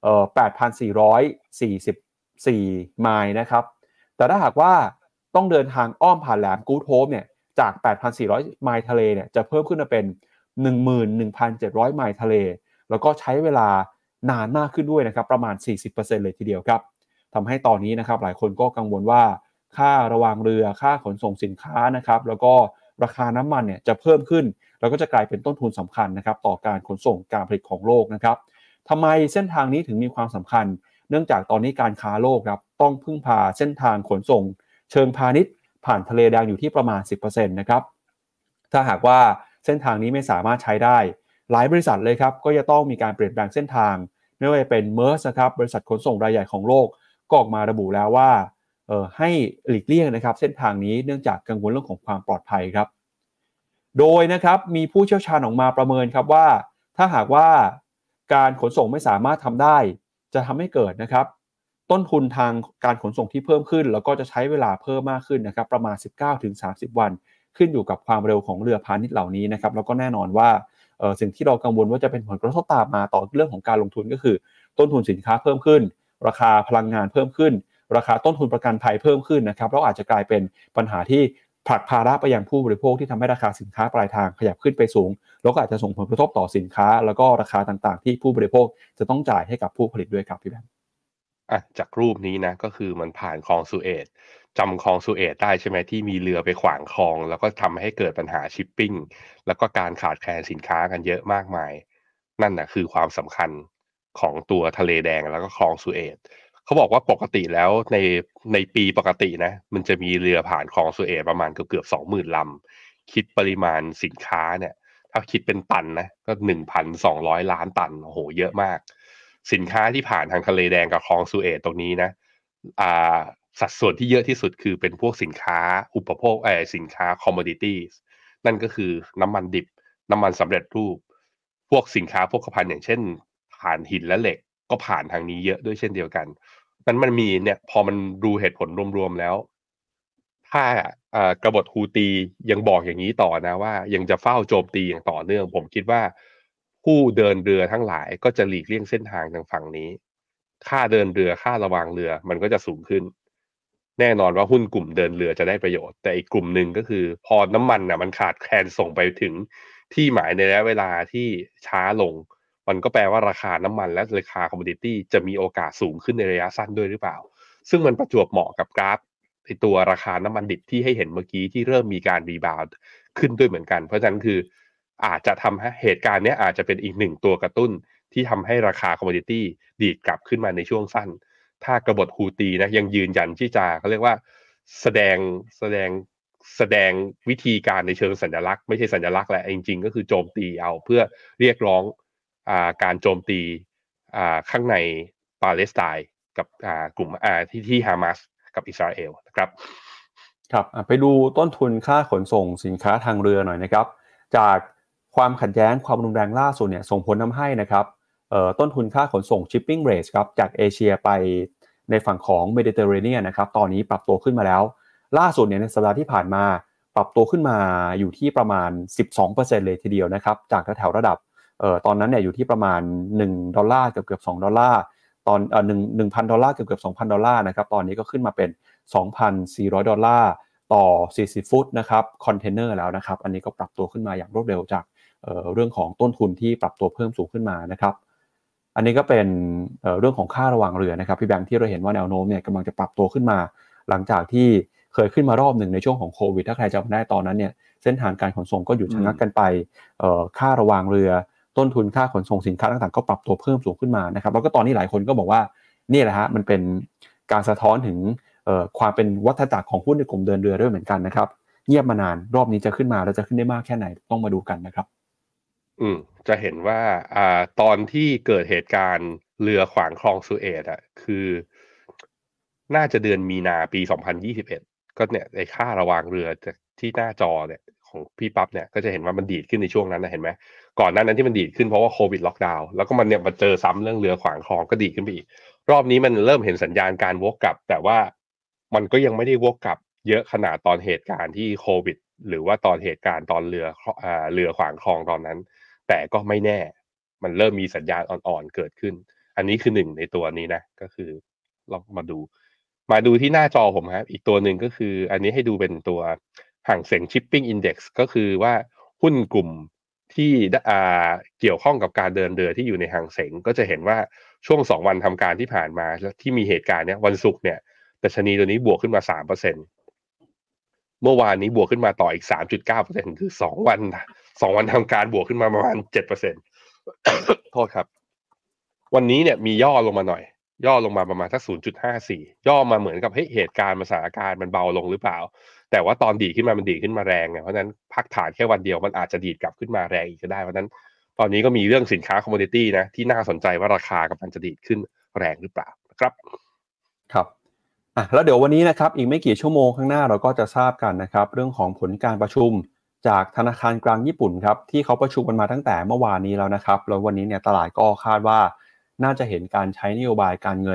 8,444 ไมล์นะครับแต่ถ้าหากว่าต้องเดินทางอ้อมผ่านแหลมกูดโฮปเนี่ยจาก 8,400 ไมล์ทะเลเนี่ยจะเพิ่มขึ้นมาเป็น 11,700 ไมล์ทะเลแล้วก็ใช้เวลานานมากขึ้นด้วยนะครับประมาณ 40% เลยทีเดียวครับทำให้ตอนนี้นะครับหลายคนก็กังวลว่าค่าระวางเรือค่าขนส่งสินค้านะครับแล้วก็ราคาน้ำมันเนี่ยจะเพิ่มขึ้นแล้วก็จะกลายเป็นต้นทุนสำคัญนะครับต่อการขนส่งการผลิตของโลกนะครับทำไมเส้นทางนี้ถึงมีความสำคัญเนื่องจากตอนนี้การค้าโลกครับต้องพึ่งพาเส้นทางขนส่งเชิงพาณิชย์ผ่านทะเลแดงอยู่ที่ประมาณ 10% นะครับถ้าหากว่าเส้นทางนี้ไม่สามารถใช้ได้หลายบริษัทเลยครับก็จะต้องมีการเปลี่ยนแปลงเส้นทางไม่ว่าจะเป็น Maersk นะครับบริษัทขนส่งรายใหญ่ของโลกก็ออกมาระบุแล้วว่าให้หลีกเลี่ยงนะครับเส้นทางนี้เนื่องจากกังวลเรื่องของความปลอดภัยครับโดยนะครับมีผู้เชี่ยวชาญออกมาประเมินครับว่าถ้าหากว่าการขนส่งไม่สามารถทำได้จะทำให้เกิดนะครับต้นทุนทางการขนส่งที่เพิ่มขึ้นแล้วก็จะใช้เวลาเพิ่มมากขึ้นนะครับประมาณ 19-30 วันขึ้นอยู่กับความเร็วของเรือพาณิชย์เหล่านี้นะครับแล้วก็แน่นอนว่าสิ่งที่เรากังวลว่าจะเป็นผลกระทบตามมาต่อเรื่องของการลงทุนก็คือต้นทุนสินค้าเพิ่มขึ้นราคาพลังงานเพิ่มขึ้นราคาต้นทุนประกันภัยเพิ่มขึ้นนะครับแล้วอาจจะกลายเป็นปัญหาที่ผลักภาระไปยังผู้บริโภคที่ทำให้ราคาสินค้าปลายทางขยับขึ้นไปสูงแล้วก็อาจจะส่งผลกระทบต่อสินค้าแล้วก็ราคาต่างๆที่ผู้บริโภคจะต้องจ่ายให้กับผู้ผลิตด้วยครับพี่แบงค์จากรูปนี้นะก็คือมันผ่านคลองสุเอซจำคลองสุเอซได้ใช่ไหมที่มีเรือไปขวางคลองแล้วก็ทำให้เกิดปัญหาชิปปิ้งแล้วก็การขาดแคลนสินค้ากันเยอะมากมายนั่นนะคือความสำคัญของตัวทะเลแดงแล้วก็คลองสุเอซเขาบอกว่าปกติแล้วในปีปกตินะมันจะมีเรือผ่านคลองสุเอซประมาณเกือบ20,000ลำคิดปริมาณสินค้าเนี่ยถ้าคิดเป็นตันนะก็1,200 ล้านตันโอ้โหเยอะมากสินค้าที่ผ่านทางทะเลแดงกับคลองสุเอซตรงนี้นะอ่าสัดส่วนที่เยอะที่สุดคือเป็นพวกสินค้าอุปโภคสินค้า commodities นั่นก็คือน้ำมันดิบน้ำมันสำเร็จรูปพวกสินค้าโภคภัณฑ์อย่างเช่นถ่านหินและเหล็กก็ผ่านทางนี้เยอะด้วยเช่นเดียวกันนั้นมันมีเนี่ยพอมันดูเหตุผลรวมๆแล้วถ้ากบฏฮูตียังบอกอย่างนี้ต่อนะว่ายังจะเฝ้าโจมตีอย่างต่อเนื่องผมคิดว่าผู้เดินเรือทั้งหลายก็จะหลีกเลี่ยงเส้นทางทางฝั่งนี้ค่าเดินเรือค่าระวางเรือมันก็จะสูงขึ้นแน่นอนว่าหุ้นกลุ่มเดินเรือจะได้ประโยชน์แต่อีกกลุ่มหนึ่งก็คือพอน้ำมันน่ะมันขาดแคลนส่งไปถึงที่หมายในระยะเวลาที่ช้าลงมันก็แปลว่าราคาน้ำมันและราคาคอมมูนิตี้จะมีโอกาสสูงขึ้นในระยะสั้นด้วยหรือเปล่าซึ่งมันประจวบเหมาะกับกราฟไอตัวราคาน้ำมันดิบที่ให้เห็นเมื่อกี้ที่เริ่มมีการรีบาวด์ขึ้นด้วยเหมือนกันเพราะฉะนั้นคืออาจจะทำให้เหตุการณ์นี้อาจจะเป็นอีกหนึ่งตัวกระตุ้นที่ทำให้ราคาคอมมูนิตี้ดีดกลับขึ้นมาในช่วงสั้นถ้ากบฏฮูตีนะยังยืนยันที่จะเขาเรียกว่าแสดงแสดงแสดงวิธีการในเชิงสัญลักษณ์ไม่ใช่สัญลักษณ์แหละจริงๆก็คือโจมตีเอาเพื่อเรียกร้องการโจมตีข้างในปาเลสไตน์กับกลุ่มที่ฮามาสกับอิสราเอลนะครับครับไปดูต้นทุนค่าขนส่งสินค้าทางเรือหน่อยนะครับจากความขัดแย้งความรุนแรงล่าสุดเนี่ยส่งผลทำให้นะครับต้นทุนค่าขนส่ง shipping rate ครับจากเอเชียไปในฝั่งของเมดิเตอร์เรเนียนนะครับตอนนี้ปรับตัวขึ้นมาแล้วล่าสุดเนี่ยในสัปดาห์ที่ผ่านมาปรับตัวขึ้นมาอยู่ที่ประมาณ 12% เลยทีเดียวนะครับจากแถวๆระดับตอนนั้นเนี่ยอยู่ที่ประมาณ$1เกือบ$2ตอน$1,000เกือบ$2,000นะครับตอนนี้ก็ขึ้นมาเป็น$2,400ต่อ40ฟุตนะครับคอนเทนเนอร์แล้วนะครับอันนี้ก็ปรับตัวขึ้นมาอย่างรวดเร็วจากเรื่องของต้นทุนที่ปรับตัวเพิ่มสูงขึ้นมานะครับอันนี้ก็เป็นเรื่องของค่าระวางเรือนะครับพี่แบงค์ที่เราเห็นว่าแนวโน้มเนี่ยกำลังจะปรับตัวขึ้นมาหลังจากที่เคยขึ้นมารอบหนึ่งในช่วงของโควิดถ้าใครจำได้ตอนนั้นเนี่ยเส้นทางการขนส่งก็หยุดชะงักกันไปค่าระวางเรือต้นทุนค่าขนส่งสินค้าต่างๆก็ปรับตัวเพิ่มสูงขึ้นมานะครับแล้วก็ตอนนี้หลายคนก็บอกว่านี่แหละฮะมันเป็นการสะท้อนถึงความเป็นวัฏจักรของหุ้นในกลุ่มเดินเรือด้วยเหมือนกันนะครับเงียบมานานรอบนี้จะขึ้นมาแล้วจะขึ้นได้มากแค่ไหนต้องมาดูกันนะครับจะเห็นว่าตอนที่เกิดเหตุการณ์เรือขวางคลองสุเอซคือน่าจะเดือนมีนาปี2021ก็เนี่ยไอ้ค่าระวางเรือจากที่หน้าจอเนี่ยของพี่ปั๊บเนี่ยก็จะเห็นว่ามันดีดขึ้นในช่วงนั้นนะเห็นไหมก่อนหน้านั้นที่มันดีดขึ้นเพราะว่าโควิดล็อกดาวน์แล้วก็มันเนี่ยมาเจอซ้ำเรื่องเรือขวางคลองก็ดีดขึ้นไปอีกรอบนี้มันเริ่มเห็นสัญญาณการวกกลับแต่ว่ามันก็ยังไม่ได้วกกลับเยอะขนาดตอนเหตุการณ์ที่โควิดหรือว่าตอนเหตุการณ์ตอนเรือขวางคลองตอนนั้นแต่ก็ไม่แน่มันเริ่มมีสัญญาณอ่อนๆเกิดขึ้นอันนี้คือหนึ่งในตัวนี้นะก็คือเรามาดูที่หน้าจอผมครับอีกตัวหนึ่งก็คืออันนี้ให้ดูเป็นตัวห่างเส็ง Shipping Index ก็คือว่าหุ้นกลุ่มที่เกี่ยวข้องกับการเดินเรือที่อยู่ในห่างเส็งก็จะเห็นว่าช่วง2วันทำการที่ผ่านมาที่มีเหตุการณ์เนี้ยวันศุกร์เนี่ยดัชนีตัวนี้บวกขึ้นมา 3%เมื่อวานนี้บวกขึ้นมาต่ออีก 3.9% คือ2วันทำการบวกขึ้นมาประมาณ 7% โทษครับวันนี้เนี่ยมีย่อลงมาหน่อยย่อลงมาประมาณสัก 0.54 ย่อมาเหมือนกับเหตุการณ์สถานการณ์มันเบาลงหรือเปล่าแต่ว่าตอนดีขึ้นมามันดีขึ้นมาแรงไงเพราะนั้นพักฐานแค่วันเดียวมันอาจจะดีดกลับขึ้นมาแรงอีกก็ได้เพราะนั้นตอนนี้ก็มีเรื่องสินค้าคอมมูนิตี้นะที่น่าสนใจว่าราคากำลังจะดีดขึ้นแรงหรือเปล่านะครับครับแล้วเดี๋ยววันนี้นะครับอีกไม่กี่ชั่วโมงข้างหน้าเราก็จะทราบกันนะครับเรื่องของผลการประชุมจากธนาคารกลางญี่ปุ่นครับที่เขาประชุมกันมาตั้งแต่เมื่อวานนี้แล้วนะครับแล้ววันนี้เนี่ยตลาดก็คาดว่าน่าจะเห็นการใช้นโยบายการเงิน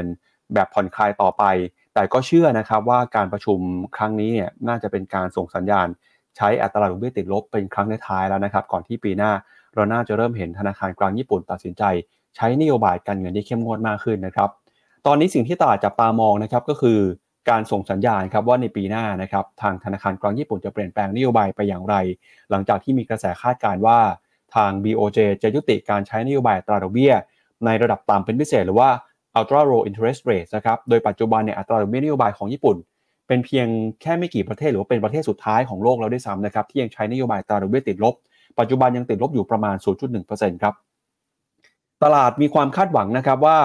แบบผ่อนคลายต่อไปแต่ก็เชื่อนะครับว่าการประชุมครั้งนี้เนี่ยน่าจะเป็นการส่งสัญญาณใช้อัตราดอกเบี้ยติดลบเป็นครั้งท้ายแล้วนะครับก่อนที่ปีหน้าเราน่าจะเริ่มเห็นธนาคารกลางญี่ปุ่นตัดสินใจใช้นโยบายการเงินที่เข้มงวดมากขึ้นนะครับตอนนี้สิ่งที่ตลาดจับตามองนะครับก็คือการส่งสัญญาณครับว่าในปีหน้านะครับทางธนาคารกลางญี่ปุ่นจะเปลี่ยนแปลงนโยบายไปอย่างไรหลังจากที่มีกระแสคาดการณ์ว่าทาง BOJ จะยุติการใช้นโยบายอัตราดอกเบี้ยในระดับต่ำเป็นพิเศษหรือว่า Ultra Low Interest Rate นะครับโดยปัจจุบันเนี่ยอัตราดอกเบี้ยนโยบายของญี่ปุ่นเป็นเพียงแค่ไม่กี่ประเทศหรือว่าเป็นประเทศสุดท้ายของโลกแล้วด้วยซ้ำนะครับที่ยังใช้นโยบายอัตราดอกเบี้ยติดลบปัจจุบันยังติดลบอยู่ประมาณ 0.1% ครับตลาดมีความคาดหวังนะครับว่า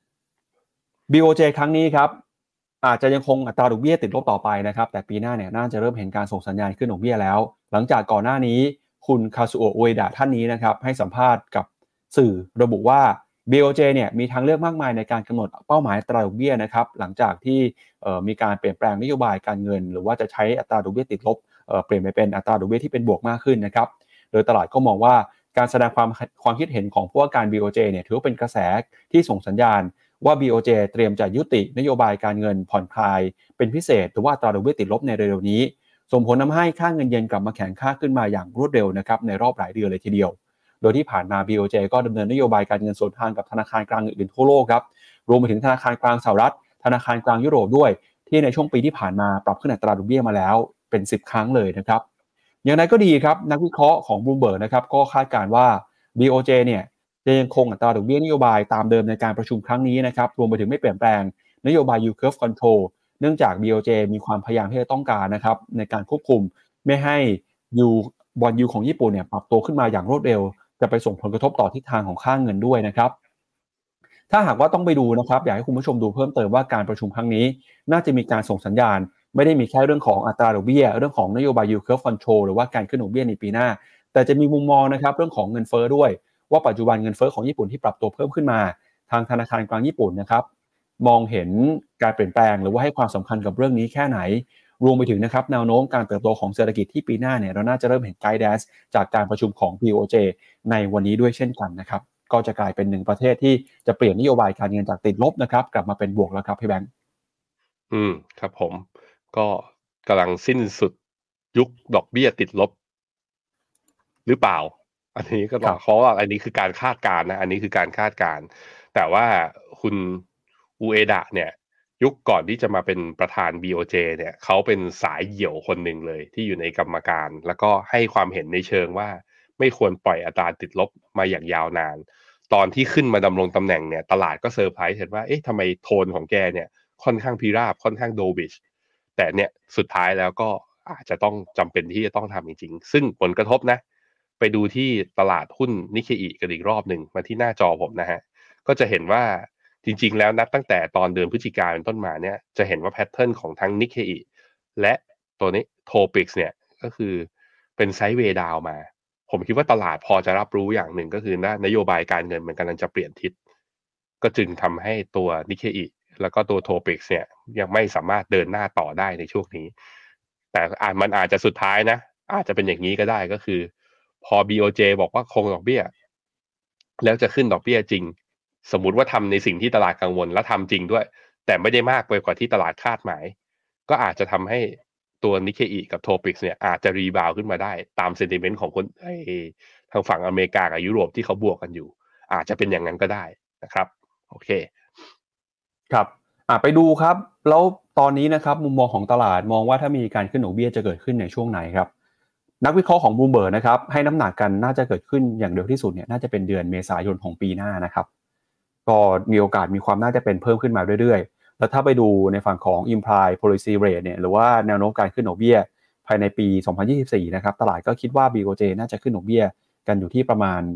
BOJ ครั้งนี้ครับอาจจะยังคงอัตราดอกเบี้ยติดลบต่อไปนะครับแต่ปีหน้าเนี่ยน่าจะเริ่มเห็นการส่งสัญญาณขึ้นดอกเบี้ยแล้วหลังจากก่อนหน้านี้คุณคาซุโอะอุเอดะท่านนี้นะครับให้สัมภาษณ์กับสื่อระบุว่า BOJ เนี่ยมีทางเลือกมากมายในการกำหนดเป้าหมายอัตราดอกเบี้ยนะครับหลังจากที่มีการเปลี่ยนแปลงนโยบายการเงินหรือว่าจะใช้อัตราดอกเบี้ยติดลบเปลี่ยนไปเป็นอัตราดอกเบี้ยที่เป็นบวกมากขึ้นนะครับโดยตลาดก็มองว่าการแสดงความคิดเห็นของผู้ว่าการ BOJ เนี่ยถือว่าเป็นกระแสที่ส่งสัญญาณว่า BOJ เตรียมจะยุตินโยบายการเงินผ่อนคลายเป็นพิเศษหรือว่าอัตราดอกเบี้ยติดลบในเร็วๆนี้ส่งผลทำให้ค่าเงินเยนกลับมาแข็งค่าขึ้นมาอย่างรวดเร็วนะครับในรอบหลายเดือนเลยทีเดียวโดยที่ผ่านมา BOJ ก็ดำเนินนโยบายการเงินสวนทางกับธนาคารกลางอื่นๆทั่วโลกครับรวมไปถึงธนาคารกลางสหรัฐธนาคารกลางยุโรปด้วยที่ในช่วงปีที่ผ่านมาปรับขึ้นอัตราดอกเบี้ยมาแล้วเป็น10ครั้งเลยนะครับอย่างไรก็ดีครับนักวิเคราะห์ของ Bloomberg นะครับก็คาดการณ์ว่า BOJ เนี่ยจะยังคงอัตราดอกเบี้ยนโยบายตามเดิมในการประชุมครั้งนี้นะครับรวมไปถึงไม่เปลี่ยนแปลงนโยบาย Yield Curve Control เนื่องจาก BOJ มีความพยายามที่จะต้องการนะครับในการควบคุมไม่ให้บอนด์ยิลด์ของญี่ปุ่นเนี่ยปรับตัวขึ้นมาอย่างรวดเร็วจะไปส่งผลกระทบต่อทิศทางของค่าเงินด้วยนะครับถ้าหากว่าต้องไปดูนะครับอยากให้คุณผู้ชมดูเพิ่มเติมว่าการประชุมครั้งนี้น่าจะมีการส่งสัญญาณไม่ได้มีแค่เรื่องของอัตราดอกเบี้ยเรื่องของนโยบาย Yield Curve Control หรือว่าการขึ้นดอกเบี้ยในปีหน้าแต่จะมีมุมมองนะครับเรื่องของเงินเฟ้อด้วยว่าปัจจุบันเงินเฟ้อของญี่ปุ่นที่ปรับตัวเพิ่มขึ้นมาทางธนาคารกลางญี่ปุ่นนะครับมองเห็นการเปลี่ยนแปลงหรือว่าให้ความสำคัญกับเรื่องนี้แค่ไหนรวมไปถึงนะครับแนวโน้มการเติบโตของเศรษฐกิจที่ปีหน้าเนี่ยเราน่าจะเริ่มเห็นไกด์แดนซ์จากการประชุมของ BOJ ในวันนี้ด้วยเช่นกันนะครับก็จะกลายเป็นหนึ่งประเทศที่จะเปลี่ยนนโยบายการเงินจากติดลบนะครับกลับมาเป็นบวกแล้วครับพี่แบงค์ครับผมก็กำลังสิ้นสุดยุคดอกเบี้ยติดลบหรือเปล่าอันนี้ก็ต้องเพราะว่าอันนี้คือการคาดการณ์นะอันนี้คือการคาดการณ์แต่ว่าคุณอุเอดะเนี่ยยุคก่อนที่จะมาเป็นประธาน BOJ เนี่ยเขาเป็นสายเหี่ยวคนหนึ่งเลยที่อยู่ในกรรมการแล้วก็ให้ความเห็นในเชิงว่าไม่ควรปล่อยอัตราติดลบมาอย่างยาวนานตอนที่ขึ้นมาดำรงตำแหน่งเนี่ยตลาดก็เซอร์ไพรส์เห็นว่าเอ๊ะทำไมโทนของแกเนี่ยค่อนข้างพิราบค่อนข้างโดวิชแต่เนี่ยสุดท้ายแล้วก็อาจจะต้องจำเป็นที่จะต้องทำจริงๆซึ่งผลกระทบนะไปดูที่ตลาดหุ้นนิเคอิกันอีกรอบหนึ่งมาที่หน้าจอผมนะฮะก็จะเห็นว่าจริงๆแล้วนับตั้งแต่ตอนเดือนพฤศจิกายนเป็นต้นมาเนี่ยจะเห็นว่าแพทเทิร์นของทั้งนิเคอิและตัวนี้โทปิกส์เนี่ยก็คือเป็นไซด์เวย์ดาวมาผมคิดว่าตลาดพอจะรับรู้อย่างหนึ่งก็คือนโยบายการเงินมันกำลังจะเปลี่ยนทิศก็จึงทำให้ตัวนิเคอิแล้วก็ตัวโทปิกส์เนี่ยยังไม่สามารถเดินหน้าต่อได้ในช่วงนี้แต่มันอาจจะสุดท้ายนะอาจจะเป็นอย่างนี้ก็ได้ก็คือพอ BOJ บอกว่าคงดอกเบี้ยแล้วจะขึ้นดอกเบี้ยจริงสมมุติว่าทำในสิ่งที่ตลาดกังวลและทำจริงด้วยแต่ไม่ได้มากไปกว่าที่ตลาดคาดหมายก็อาจจะทำให้ตัวนิเคอิกับโทปิกส์เนี่ยอาจจะรีบาวขึ้นมาได้ตามเซนติเมนต์ของคนทางฝั่งอเมริกากับยุโรปที่เขาบวกกันอยู่อาจจะเป็นอย่างนั้นก็ได้นะครับโอเคครับไปดูครับแล้วตอนนี้นะครับมุมมองของตลาดมองว่าถ้ามีการขึ้นดอกเบี้ยจะเกิดขึ้นในช่วงไหนครับนักวิเคราะห์ของ Bloomberg นะครับให้น้ำหนักกันน่าจะเกิดขึ้นอย่างเร็วที่สุดเนี่ยน่าจะเป็นเดือนเมษายนของปีหน้านะครับก็มีโอกาสมีความน่าจะเป็นเพิ่มขึ้นมาเรื่อยๆแล้วถ้าไปดูในฝั่งของ implied policy rate เนี่ยหรือว่าแนวโน้มการขึ้นดอกเบี้ยภายในปี2024นะครับตลาดก็คิดว่า BOJ น่าจะขึ้นดอกเบี้ยกันอยู่ที่ประมาณ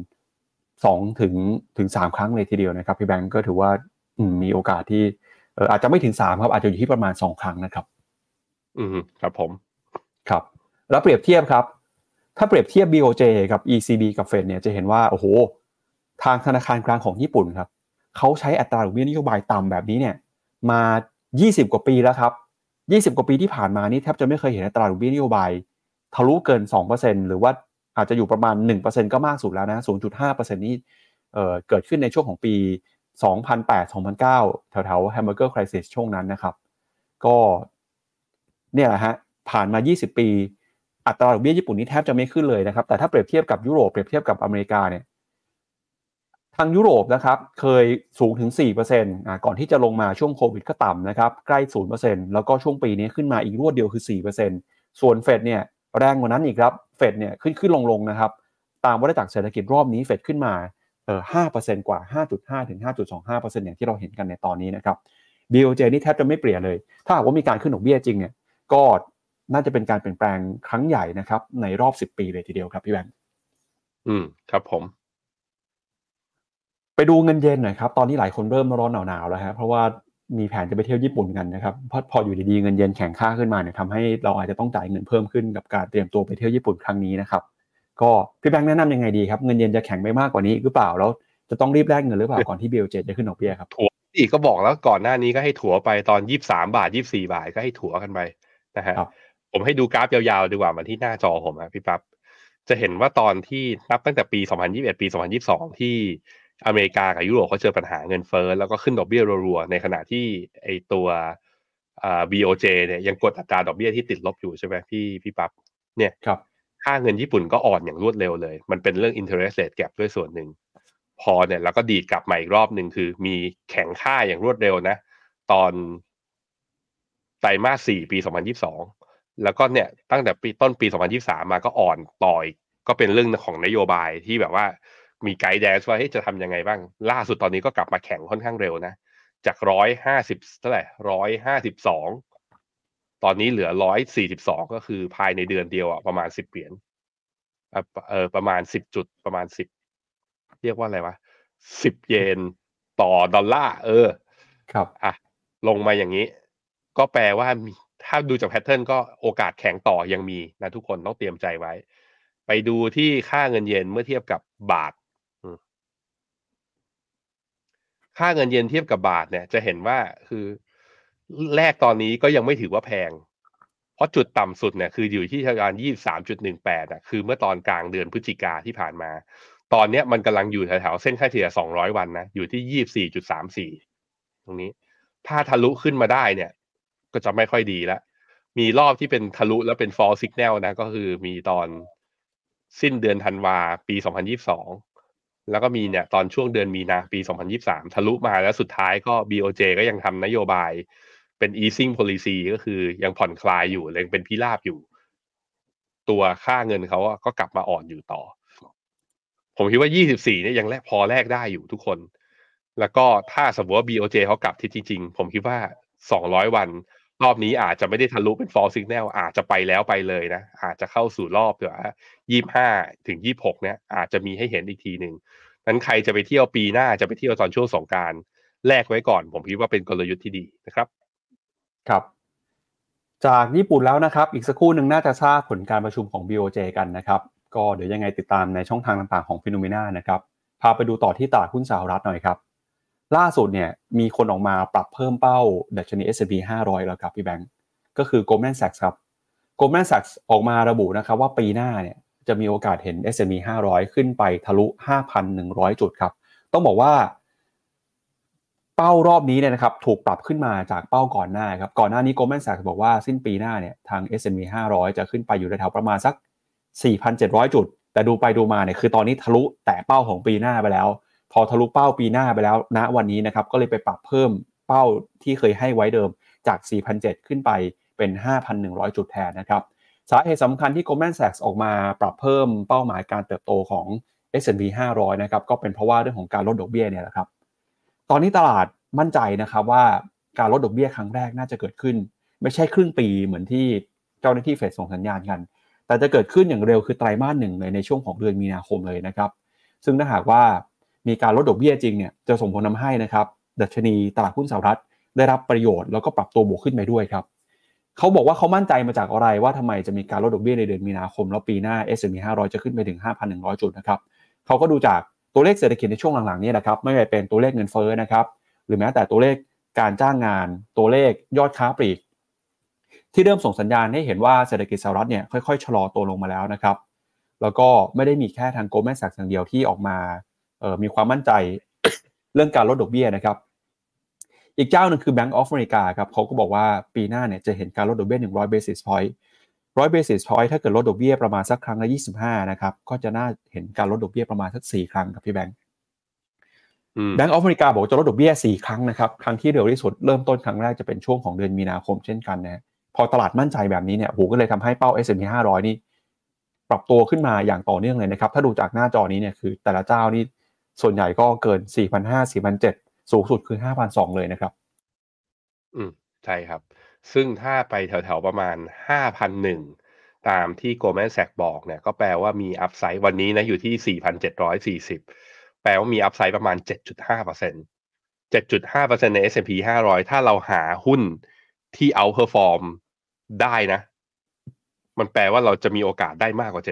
2ถึง3ครั้งเลยทีเดียวนะครับพี่แบงก์ก็ถือว่ามีโอกาสที่อาจจะไม่ถึง3ครับอาจจะอยู่ที่ประมาณ2ครั้งนะครับครับผมครับแล้วเปรียบเทียบครับถ้าเปรียบเทียบ BOJ กับ ECB กับ Fed เนี่ยจะเห็นว่าโอ้โหทางธนาคารกลางของญี่ปุ่นครับเขาใช้อัตราดอกเบี้ยนโยบายต่ำแบบนี้เนี่ยมา20กว่าปีแล้วครับ20กว่าปีที่ผ่านมานี่แทบจะไม่เคยเห็นอัตราดอกเบี้ยนโยบายทะลุเกิน 2% หรือว่าอาจจะอยู่ประมาณ 1% ก็มากสุดแล้วนะ 0.5% นี่เกิดขึ้นในช่วงของปี 2008-2009 แถวๆ Hamburger Crisis ช่วงนั้นนะครับก็เนี่ยแหละฮะผ่านมา20ปีอัตราดอกเบี้ยญี่ปุ่นนี่แทบจะไม่ขึ้นเลยนะครับแต่ถ้าเปรียบเทียบกับยุโรปเปรียบเทียบกับอเมริกาเนี่ยทางยุโรปนะครับเคยสูงถึง 4% ก่อนที่จะลงมาช่วงโควิดก็ต่ำนะครับใกล้ 0% แล้วก็ช่วงปีนี้ขึ้นมาอีกรวดเดียวคือ 4% ส่วนเฟดเนี่ยแรงกว่านั้นอีกครับเฟดเนี่ยขึ้นลงนะครับตามวัฏจักรเศรษฐกิจรอบนี้เฟดขึ้นมา5% กว่า 5.5 ถึง 5.25% อย่างที่เราเห็นกันในตอนนี้นะครับ BOJ นี่แทบจะไม่เปลี่ยนเลยถ้าหากว่ามีการขึ้นดอกเบี้ยจริงเนี่ยก็น่าจะเป็นการเปลี่ยนแปลงครั้งใหญ่นะครับในรอบ10ปีเลยทีเดียวครับพี่แบงค์ครับผมไปดูเงินเยนหน่อยครับตอนนี้หลายคนเริ่มร้อนหนาวแล้วฮะเพราะว่ามีแผนจะไปเที่ยวญี่ปุ่นกันนะครับพออยู่ดีๆเงินเยนแข็งค่าขึ้นมาเนี่ยทำให้เราอาจจะต้องจ่ายเงินเพิ่มขึ้นกับการเตรียมตัวไปเที่ยวญี่ปุ่นครั้งนี้นะครับก็พี่แบงค์แนะนำยังไงดีครับเงินเยนจะแข็งไปมากกว่านี้หรือเปล่าแล้วจะต้องรีบแลกเงินหรือเปล่าก่อนที่ BOJ จะขึ้นดอกเบี้ยครับถัวอีกก็บอกแล้วก่อนหน้านี้ก็ให้ถัวไปตอน23 บาท24 บาทก็ให้ถัวกันไปนะฮะผมให้ดูกราฟยาวๆดีกว่ามาที่หน้าจอผมพี่ปั๊บจะเห็นว่าตอนที่นับตั้งแต่ปี2021ปี2022ที่อเมริกากับยุโรปเขาเจอปัญหาเงินเฟ้อแล้วก็ขึ้นดอกเบี้ยรัวๆในขณะที่ไอตัวBOJ เนี่ยยังกดอัตราดอกเบี้ยที่ติดลบอยู่ใช่ไหมพี่ปั๊บเนี่ยค่าเงินญี่ปุ่นก็อ่อนอย่างรวดเร็วเลยมันเป็นเรื่อง interest rate gap ด้วยส่วนหนึ่งพอเนี่ยแล้วก็ดีดกลับมาอีกรอบหนึ่งคือมีแข็งค่าอย่างรวดเร็วนะตอนไตรมาส 4ปี2022แล้วก็เนี่ยตั้งแต่ต้นปี2023มาก็อ่อนต่ออีกก็เป็นเรื่องของนโยบายที่แบบว่ามีไกด์แดนซ์ว่าจะทำยังไงบ้างล่าสุดตอนนี้ก็กลับมาแข็งค่อนข้างเร็วนะจาก150เท่าไหร่152ตอนนี้เหลือ142ก็คือภายในเดือนเดียวประมาณ10 เหรียญประมาณ10 จุดประมาณ10เรียกว่าอะไรวะ10 เยนต่อดอลลาร์ครับลงมาอย่างนี้ก็แปลว่าถ้าดูจากแพทเทิร์นก็โอกาสแข็งต่อยังมีนะทุกคนต้องเตรียมใจไว้ไปดูที่ค่าเงินเยนเมื่อเทียบกับบาทค่าเงินเยนเทียบกับบาทเนี่ยจะเห็นว่าคือแรกตอนนี้ก็ยังไม่ถือว่าแพงเพราะจุดต่ำสุดเนี่ยคืออยู่ที่ประมาณ23.18คือเมื่อตอนกลางเดือนพฤศจิกาที่ผ่านมาตอนนี้มันกำลังอยู่แถวๆเส้นค่าเฉลี่ย200วันนะอยู่ที่ 24.34 ตรงนี้ถ้าทะลุขึ้นมาได้เนี่ยก็จะไม่ค่อยดีแล้วมีรอบที่เป็นทะลุแล้วเป็น fall signal นะก็คือมีตอนสิ้นเดือนธันวาปี2022แล้วก็มีเนี่ยตอนช่วงเดือนมีนาปี2023ทะลุมาแล้วสุดท้ายก็ BOJ ก็ยังทำนโยบายเป็น easing policy ก็คือยังผ่อนคลายอยู่ยังเป็นพิราบอยู่ตัวค่าเงินเขาก็กลับมาอ่อนอยู่ต่อผมคิดว่า24เนี่ยยังพอแลกได้อยู่ทุกคนแล้วก็ถ้าสมมติว่า BOJ เขากลับที่จริงๆผมคิดว่า200วันรอบนี้อาจจะไม่ได้ทะลุเป็น fall signal อาจจะไปแล้วไปเลยนะอาจจะเข้าสู่รอบแบบ25ถึง26เนี่ยอาจจะมีให้เห็นอีกทีนึงนั้นใครจะไปเที่ยวปีหน้าจะไปเที่ยวตอนช่วงสงกรานต์แลกไว้ก่อนผมคิดว่าเป็นกลยุทธ์ที่ดีนะครับครับจากญี่ปุ่นแล้วนะครับอีกสักครู่หนึ่งน่าจะทราบผลการประชุมของ BOJ กันนะครับก็เดี๋ยวยังไงติดตามในช่องทางต่างๆของ Phenomena นะครับพาไปดูต่อที่ตลาดหุ้นสหรัฐหน่อยครับล่าสุดเนี่ยมีคนออกมาปรับเพิ่มเป้าดัชนี S&P 500แล้วครับพี่แบงค์ก็คือ Goldman Sachs ครับ Goldman Sachs ออกมาระบุนะครับว่าปีหน้าเนี่ยจะมีโอกาสเห็น S&P 500ขึ้นไปทะลุ 5,100 จุดครับต้องบอกว่าเป้ารอบนี้เนี่ยนะครับถูกปรับขึ้นมาจากเป้าก่อนหน้าครับก่อนหน้านี้ Goldman Sachs บอกว่าสิ้นปีหน้าเนี่ยทาง S&P 500จะขึ้นไปอยู่ในแถวประมาณสัก 4,700 จุดแต่ดูไปดูมาเนี่ยคือตอนนี้ทะลุแต่เป้าของปีหน้าไปแล้วพอทะลุเป้าปีหน้าไปแล้วณวันนี้นะครับก็เลยไปปรับเพิ่มเป้าที่เคยให้ไว้เดิมจาก 4,700 ขึ้นไปเป็น 5,100 จุดแทนนะครับสาเหตุสำคัญที่ Goldman Sachs ออกมาปรับเพิ่มเป้าหมายการเติบโตของ S&P 500นะครับก็เป็นเพราะว่าเรื่องของการลดดอกเบี้ยเนี่ยแหละครับตอนนี้ตลาดมั่นใจนะครับว่าการลดดอกเบี้ยครั้งแรกน่าจะเกิดขึ้นไม่ใช่ครึ่งปีเหมือนที่เจ้าหน้าที่เฟดส่งสัญญาณกันแต่จะเกิดขึ้นอย่างเร็วคือไตรมาส1เลยในช่วงของเดือนมีนาคมเลยนะครับซึ่งถ้าหากว่ามีการลดดอกเบี้ยจริงเนี่ยจะส่งผลทำให้นะครับดัชนีตลาดหุ้นสหรัฐได้รับประโยชน์แล้วก็ปรับตัวบวกขึ้นไปด้วยครับเขาบอกว่าเขามั่นใจมาจากอะไรว่าทำไมจะมีการลดดอกเบี้ยในเดือนมีนาคมแล้วปีหน้า S&P 500จะขึ้นไปถึง 5,100 จุดนะครับเขาก็ดูจากตัวเลขเศรษฐกิจในช่วงหลังๆนี้นะครับไม่ว่าจะเป็นตัวเลขเงินเฟ้อนะครับหรือแม้แต่ตัวเลขการจ้างงานตัวเลขยอดค้าปลีกที่เริ่มส่งสัญญาณให้เห็นว่าเศรษฐกิจสหรัฐเนี่ยค่อยๆชะลอตัวลงมาแล้วนะครับแล้วก็ไม่ได้มีแค่ทาง Goldman Sachs อย่างเดียวที่ออกมามีความมั่นใจเรื่องการลดดอกเบี้ยนะครับอีกเจ้านึงคือ Bank of America ครับเขาก็บอกว่าปีหน้าเนี่ยจะเห็นการลดดอกเบี้ย100 basis point 100 basis point ถ้าเกิดลดดอกเบี้ยประมาณสักครั้งละ25นะครับก็จะน่าเห็นการลดดอกเบี้ยประมาณสัก4ครั้งครับพี่แบงค์Bank of America บอกจะลดดอกเบี้ย4ครั้งนะครับครั้งที่เร็วที่สุดเริ่มต้นครั้งแรกจะเป็นช่วงของเดือนมีนาคมเช่นกันนะพอตลาดมั่นใจแบบนี้เนี่ยโหก็เลยทำให้เป้า S&P 500นี่ปรับตัวขึ้นมาอย่างต่อเนื่องเลยนะครับถ้าดูจากหน้าจอนี้เนี่ยคือแต่ละเจ้านี่ส่วนใหญ่ก็เกิน 4,500 4,700 สูงสุดคือ 5,200 เลยนะครับใช่ครับซึ่งถ้าไปแถวๆประมาณ 5,100 ตามที่ Goldman Sachs บอกเนี่ยก็แปลว่ามีอัพไซด์วันนี้นะอยู่ที่ 4,740 แปลว่ามีอัพไซด์ประมาณ 7.5% 7.5% ใน S&P 500ถ้าเราหาหุ้นที่ outperform ได้นะมันแปลว่าเราจะมีโอกาสได้มากกว่า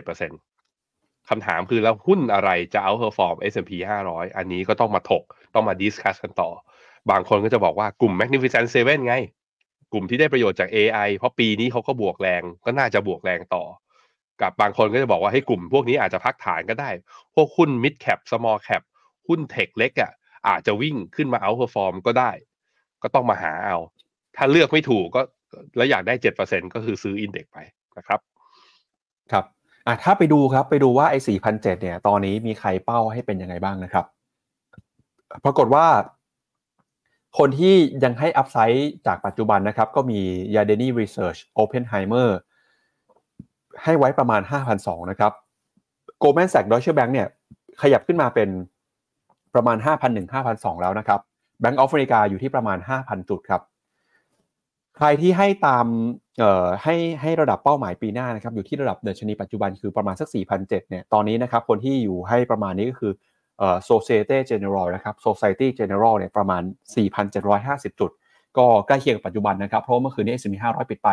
7%คำถามคือแล้วหุ้นอะไรจะ outperform S&P 500อันนี้ก็ต้องมาถกต้องมา discuss กันต่อบางคนก็จะบอกว่ากลุ่ม Magnificent Seven ไงกลุ่มที่ได้ประโยชน์จาก AI เพราะปีนี้เขาก็บวกแรงก็น่าจะบวกแรงต่อกับบางคนก็จะบอกว่าให้กลุ่มพวกนี้อาจจะพักฐานก็ได้พวกหุ้น mid cap small cap หุ้นเทคเล็กอ่ะอาจจะวิ่งขึ้นมา outperform ก็ได้ก็ต้องมาหาเอาถ้าเลือกไม่ถูกก็แล้วอยากได้ 7% ก็คือซื้ออินเด็กซ์ไปนะครับครับถ้าไปดูครับไปดูว่าไอ้ 4,700 เนี่ยตอนนี้มีใครเป้าให้เป็นยังไงบ้างนะครับปรากฏว่าคนที่ยังให้อัพไซด์จากปัจจุบันนะครับก็มี Yardeni Research Oppenheimer ให้ไว้ประมาณ 5,200 นะครับ Goldman Sachs Deutsche Bank เนี่ยขยับขึ้นมาเป็นประมาณ 5,100 5,200 แล้วนะครับ Bank of America อยู่ที่ประมาณ 5,000 จุดครับใครที่ให้ตามให้ระดับเป้าหมายปีหน้านะครับอยู่ที่ระดับดัชนีปัจจุบันคือประมาณสัก 4,700 เนี่ยตอนนี้นะครับคนที่อยู่ให้ประมาณนี้ก็คือSociete Generale นะครับ Society General เนี่ยประมาณ 4,750 จุดก็ใกล้เคียงกับปัจจุบันนะครับเพราะเมื่อคืนนี้ S&P 500 ปิดไป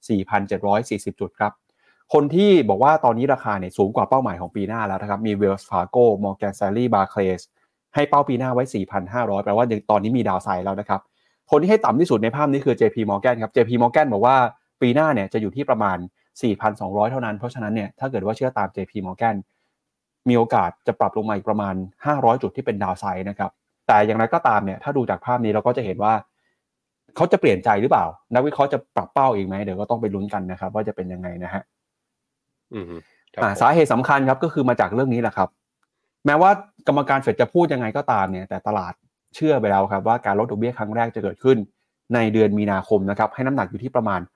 4,740 จุดครับคนที่บอกว่าตอนนี้ราคาเนี่ยสูงกว่าเป้าหมายของปีหน้าแล้วนะครับมี Wells Fargo Morgan Stanley Barclays ให้เป้าปีหน้าไว้ 4,500 แปลว่าตอนนี้มีดาวไซด์แล้วนะครับคนที่ให้ต่ำที่สุดในภาพนี้คือ JP Morgan ครับ JP Morgan บอกว่าปีหน้าเนี่ยจะอยู่ที่ประมาณ 4,200 เท่านั้นเพราะฉะนั้นเนี่ยถ้าเกิดว่าเชื่อตาม JP Morgan มีโอกาสจะปรับลงมาอีกประมาณ500จุดที่เป็นดาวไซด์นะครับแต่อย่างไรก็ตามเนี่ยถ้าดูจากภาพนี้เราก็จะเห็นว่าเขาจะเปลี่ยนใจหรือเปล่านักวิเคราะห์จะปรับเป้าอีกไหมเดี๋ยวก็ต้องไปลุ้นกันนะครับว่าจะเป็นยังไงนะฮะสาเหตุสำคัญครับก็คือมาจากเรื่องนี้แหละครับแม้ว่ากรรมการเฟดจะพูดยังไงก็ตามเนี่ยแต่ตลาดเชื่อไปแล้วครับว่าการลดดอกเบี้ยครั้งแรกจะเกิดขึ้นในเดือนมีนาคมนะครับให้น้ำหนักอยู่ที่ประมาณ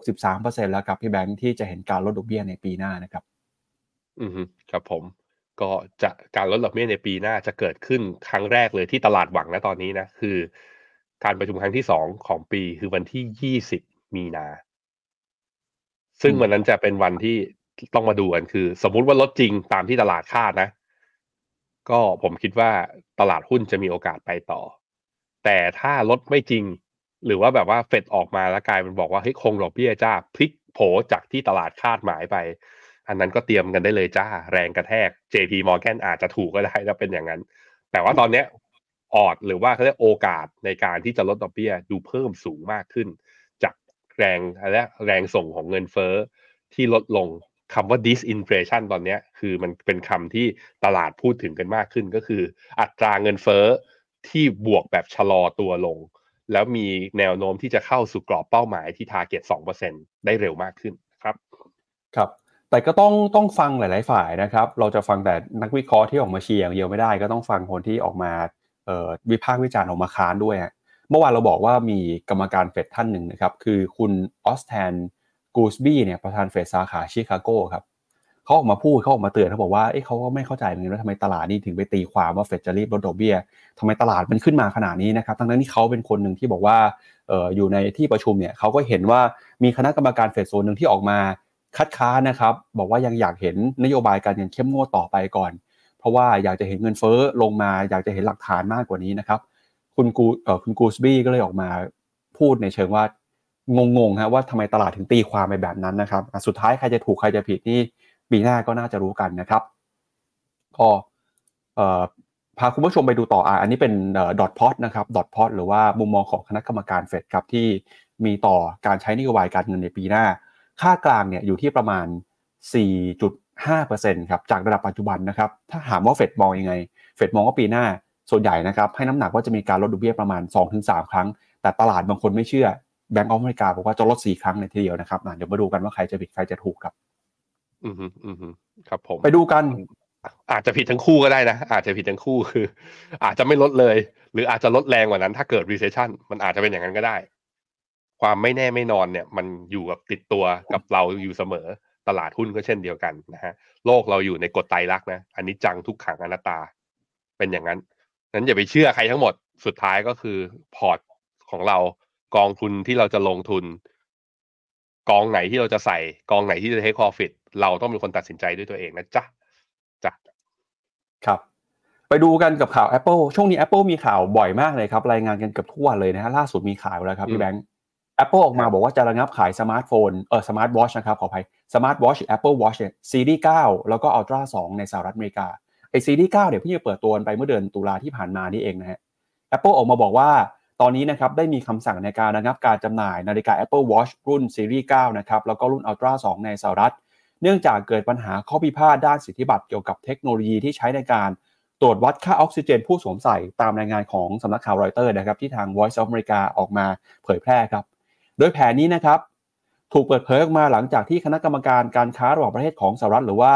63% แล้วครับพี่แบงค์ที่จะเห็นการลดดอกเบี้ยในปีหน้านะครับครับผมก็จะการลดดอกเบี้ยในปีหน้าจะเกิดขึ้นครั้งแรกเลยที่ตลาดหวังนะตอนนี้นะคือการประชุมครั้งที่2ของปีคือวันที่20มีนาซึ่งวันนั้นจะเป็นวันที่ต้องมาดูกันคือสมมุติว่าลดจริงตามที่ตลาดคาดนะก็ผมคิดว่าตลาดหุ้นจะมีโอกาสไปต่อแต่ถ้าลดไม่จริงหรือว่าแบบว่าเฟดออกมาแล้วกลายเป็นบอกว่าเฮ้ยคงดอกเบี้ยจ้าพลิกโผจากที่ตลาดคาดหมายไปอันนั้นก็เตรียมกันได้เลยจ้าแรงกระแทก JP Morgan อาจจะถูกก็ได้ถ้าเป็นอย่างนั้นแต่ว่าตอนเนี้ยหรือว่าเขาเรียกโอกาสในการที่จะลดดอกเบี้ยดูเพิ่มสูงมากขึ้นจากแรงส่งของเงินเฟ้อที่ลดลงคำว่า disinflation ตอนนี้คือมันเป็นคำที่ตลาดพูดถึงกันมากขึ้นก็คืออัตราเงินเฟ้อที่บวกแบบชะลอตัวลงแล้วมีแนวโน้มที่จะเข้าสู่กรอบเป้าหมายที่ target 2% ได้เร็วมากขึ้นครับครับแต่ก็ต้องฟังหลายๆฝ่ายนะครับเราจะฟังแต่นักวิเคราะห์ที่ออกมาเชียร์อย่างเดียวไม่ได้ก็ต้องฟังคนที่ออกมาวิพากษ์วิจารณ์ออกมาค้านด้วยเมื่อวานเราบอกว่ามีกรรมการเฟดท่านหนึ่งนะครับคือคุณออสแทนกูสบี้เนี่ยประธานเฟดสาขาชิคาโกครับเขาออกมาพูดเขาออกมาเตือนเขาบอกว่าเขาก็ไม่เข้าใจเหมือนกันว่าทำไมตลาดนี่ถึงไปตีความว่าเฟดจะรีบลดดอกเบี้ยทำไมตลาดมันขึ้นมาขนาดนี้นะครับทั้งนั้นที่เขาเป็นคนหนึ่งที่บอกว่าอยู่ในที่ประชุมเนี่ยเขาก็เห็นว่ามีคณะกรรมการเฟดโซนหนึ่งที่ออกมาคัดค้านนะครับบอกว่ายังอยากเห็นนโยบายการเงินเข้มงวดต่อไปก่อนเพราะว่าอยากจะเห็นเงินเฟ้อลงมาอยากจะเห็นหลักฐานมากกว่านี้นะครับคุณกูสบี้ก็เลยออกมาพูดในเชิงว่างงๆฮะว่าทำไมตลาดถึงตีความไปแบบนั้นนะครับสุดท้ายใครจะถูกใครจะผิดนี่ปีหน้าก็น่าจะรู้กันนะครับก็พาคุณผู้ชมไปดูต่ออันนี้เป็นดอทพอตนะครับดอทพอตหรือว่ามุมมองของคณะกรรมการเฟดครับที่มีต่อการใช้นโยบายการเงินในปีหน้าค่ากลางเนี่ยอยู่ที่ประมาณ 4.5% ครับจากระดับปัจจุบันนะครับถ้าถามว่าเฟดมองยังไงเฟดมองว่าปีหน้าส่วนใหญ่นะครับให้น้ำหนักว่าจะมีการลดดอกเบี้ยประมาณ 2-3 ครั้งแต่ตลาดบางคนไม่เชื่อ Bank of America บอกว่าจะลด4ครั้งในทีเดียวนะครับเดี๋ยวมาดูกันว่าใครจะผิดใครจะถูกครับครับผมไปดูกันอาจจะผิดทั้งคู่ก็ได้นะอาจจะผิดทั้งคู่คืออาจจะไม่ลดเลยหรืออาจจะลดแรงกว่านั้นถ้าเกิด recession มันอาจจะเป็นอย่างนั้นก็ได้ความไม่แน่ไม่นอนเนี่ยมันอยู่กับติดตัวกับเราอยู่เสมอตลาดหุ้นก็เช่นเดียวกันนะฮะโลกเราอยู่ในกฎไตรลักษณ์นะอันนี้จังทุกขังอนัตตาเป็นอย่างนั้นงั้นอย่าไปเชื่อใครทั้งหมดสุดท้ายก็คือพอร์ตของเรากองทุนที่เราจะลงทุนกองไหนที่เราจะใส่กองไหนที่จะ take profit เราต้องเป็นคนตัดสินใจด้วยตัวเองนะจ๊ะครับไปดูกันกับข่าว Apple ช่วงนี้ Apple มีข่าวบ่อยมากเลยครับรายงานกันเกือบทุกวันเลยนะฮะล่าสุดมีข่าวแล้วครับพี่แบงค์ Apple ออกมาบอกว่าจะระงับขายสมาร์ทโฟนสมาร์ทวอชนะครับขออภัยสมาร์ทวอช Apple Watch เนี่ยซีรีส์9แล้วก็ Ultra 2ในสหรัฐอเมริกาไอ้ซีรีส์9เนี่ยเพิ่งจะเปิดตัวไปเมื่อเดือนตุลาที่ผ่านมานี่เองนะฮะ Apple ออกมาบอกว่าตอนนี้นะครับได้มีคำสั่งในการระงับการจำหน่ายนาฬิกา Apple Watch รุ่นซีรีส์9นะครับแล้วก็รุ่น Ultra 2ในสหรัฐเนื่องจากเกิดปัญหาข้อพิพาทด้านสิทธิบัตรเกี่ยวกับเทคโนโลยีที่ใช้ในการตรวจวัดค่าออกซิเจนผู้สวมใส่ตามรายงานของสำนักข่าวรอยเตอร์นะครับที่ทาง Voice of America ออกมาเผยแพร่ครับโดยแผนนี้นะครับถูกเปิดเผยออกมาหลังจากที่คณะกรรมการการค้าระหว่างประเทศของสหรัฐหรือว่า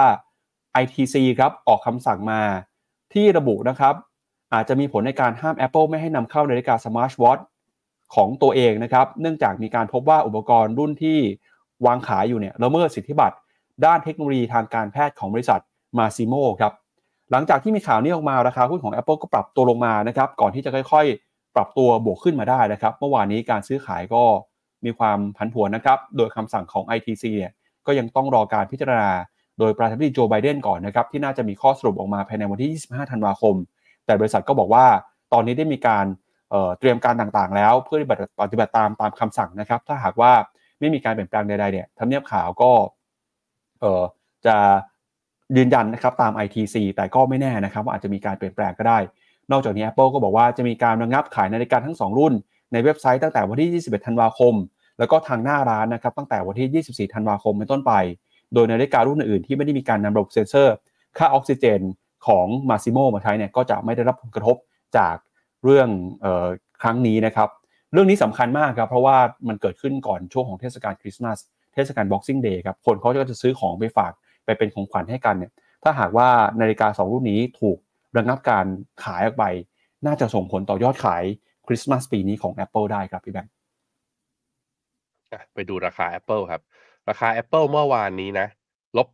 ITC ครับออกคำสั่งมาที่ระบุนะครับอาจจะมีผลในการห้าม Apple ไม่ให้นำเข้านาฬิกา Smart Watch ของตัวเองนะครับเนื่องจากมีการพบว่าอุปกรณ์รุ่นที่วางขายอยู่เนี่ยละเมิดสิทธิบัตรด้านเทคโนโลยีทางการแพทย์ของบริษัท Masimo ครับหลังจากที่มีข่าวนี้ออกมาราคาหุ้นของ Apple ก็ปรับตัวลงมานะครับก่อนที่จะค่อยๆปรับตัวบวกขึ้นมาได้นะครับเมื่อวานนี้การซื้อขายก็มีความผันผวนนะครับโดยคำสั่งของ ITC เนี่ยก็ยังต้องรอการพิจารณาโดยประธานาธิบดีโจไบเดนก่อนนะครับที่น่าจะมีข้อสรุปออกมาภายในวันที่25ธันวาคมแต่บริษัทก็บอกว่าตอนนี้ได้มีการเตรียมการต่างๆแล้วเพื่อปฏิบัติตามคำสั่งนะครับถ้าหากว่าไม่มีการเปลี่ยนแปลงใดๆเนี่ยทำเนียบขาวก็จะยืนยันนะครับตาม ITC แต่ก็ไม่แน่นะครับว่าอาจจะมีการเปลี่ยนแปลงก็ได้นอกจากนี้ Apple ก็บอกว่าจะมีการระงับขายนาฬิกาทั้ง2รุ่นในเว็บไซต์ตั้งแต่วันที่21ธันวาคมแล้วก็ทางหน้าร้านนะครับตั้งแต่วันที่24ธันวาคมเป็นต้นไปโดยนาฬิการุ่นอื่นๆที่ไม่ได้มีการนำระบบเซ็นเซอร์ค่าออกซิเจนของ Masimo มาใช้เนี่ยก็จะไม่ได้รับผลกระทบจากเรื่องครั้งนี้นะครับเรื่องนี้สำคัญมากครับเพราะว่ามันเกิดขึ้นก่อนช่วงของเทศกาลคริสต์มาสเทศกาล Boxing Day ครับคนเขาก็จะซื้อของไปฝากไปเป็นของขวัญให้กันเนี่ยถ้าหากว่านาฬิกา2รุ่นนี้ถูกระงับการขายออกไปน่าจะส่งผลต่อยอดขายคริสต์มาสปีนี้ของ Apple ได้ครับพี่แบงค์ไปดูราคา Apple ครับราคา Apple เมื่อวานนี้นะลบไป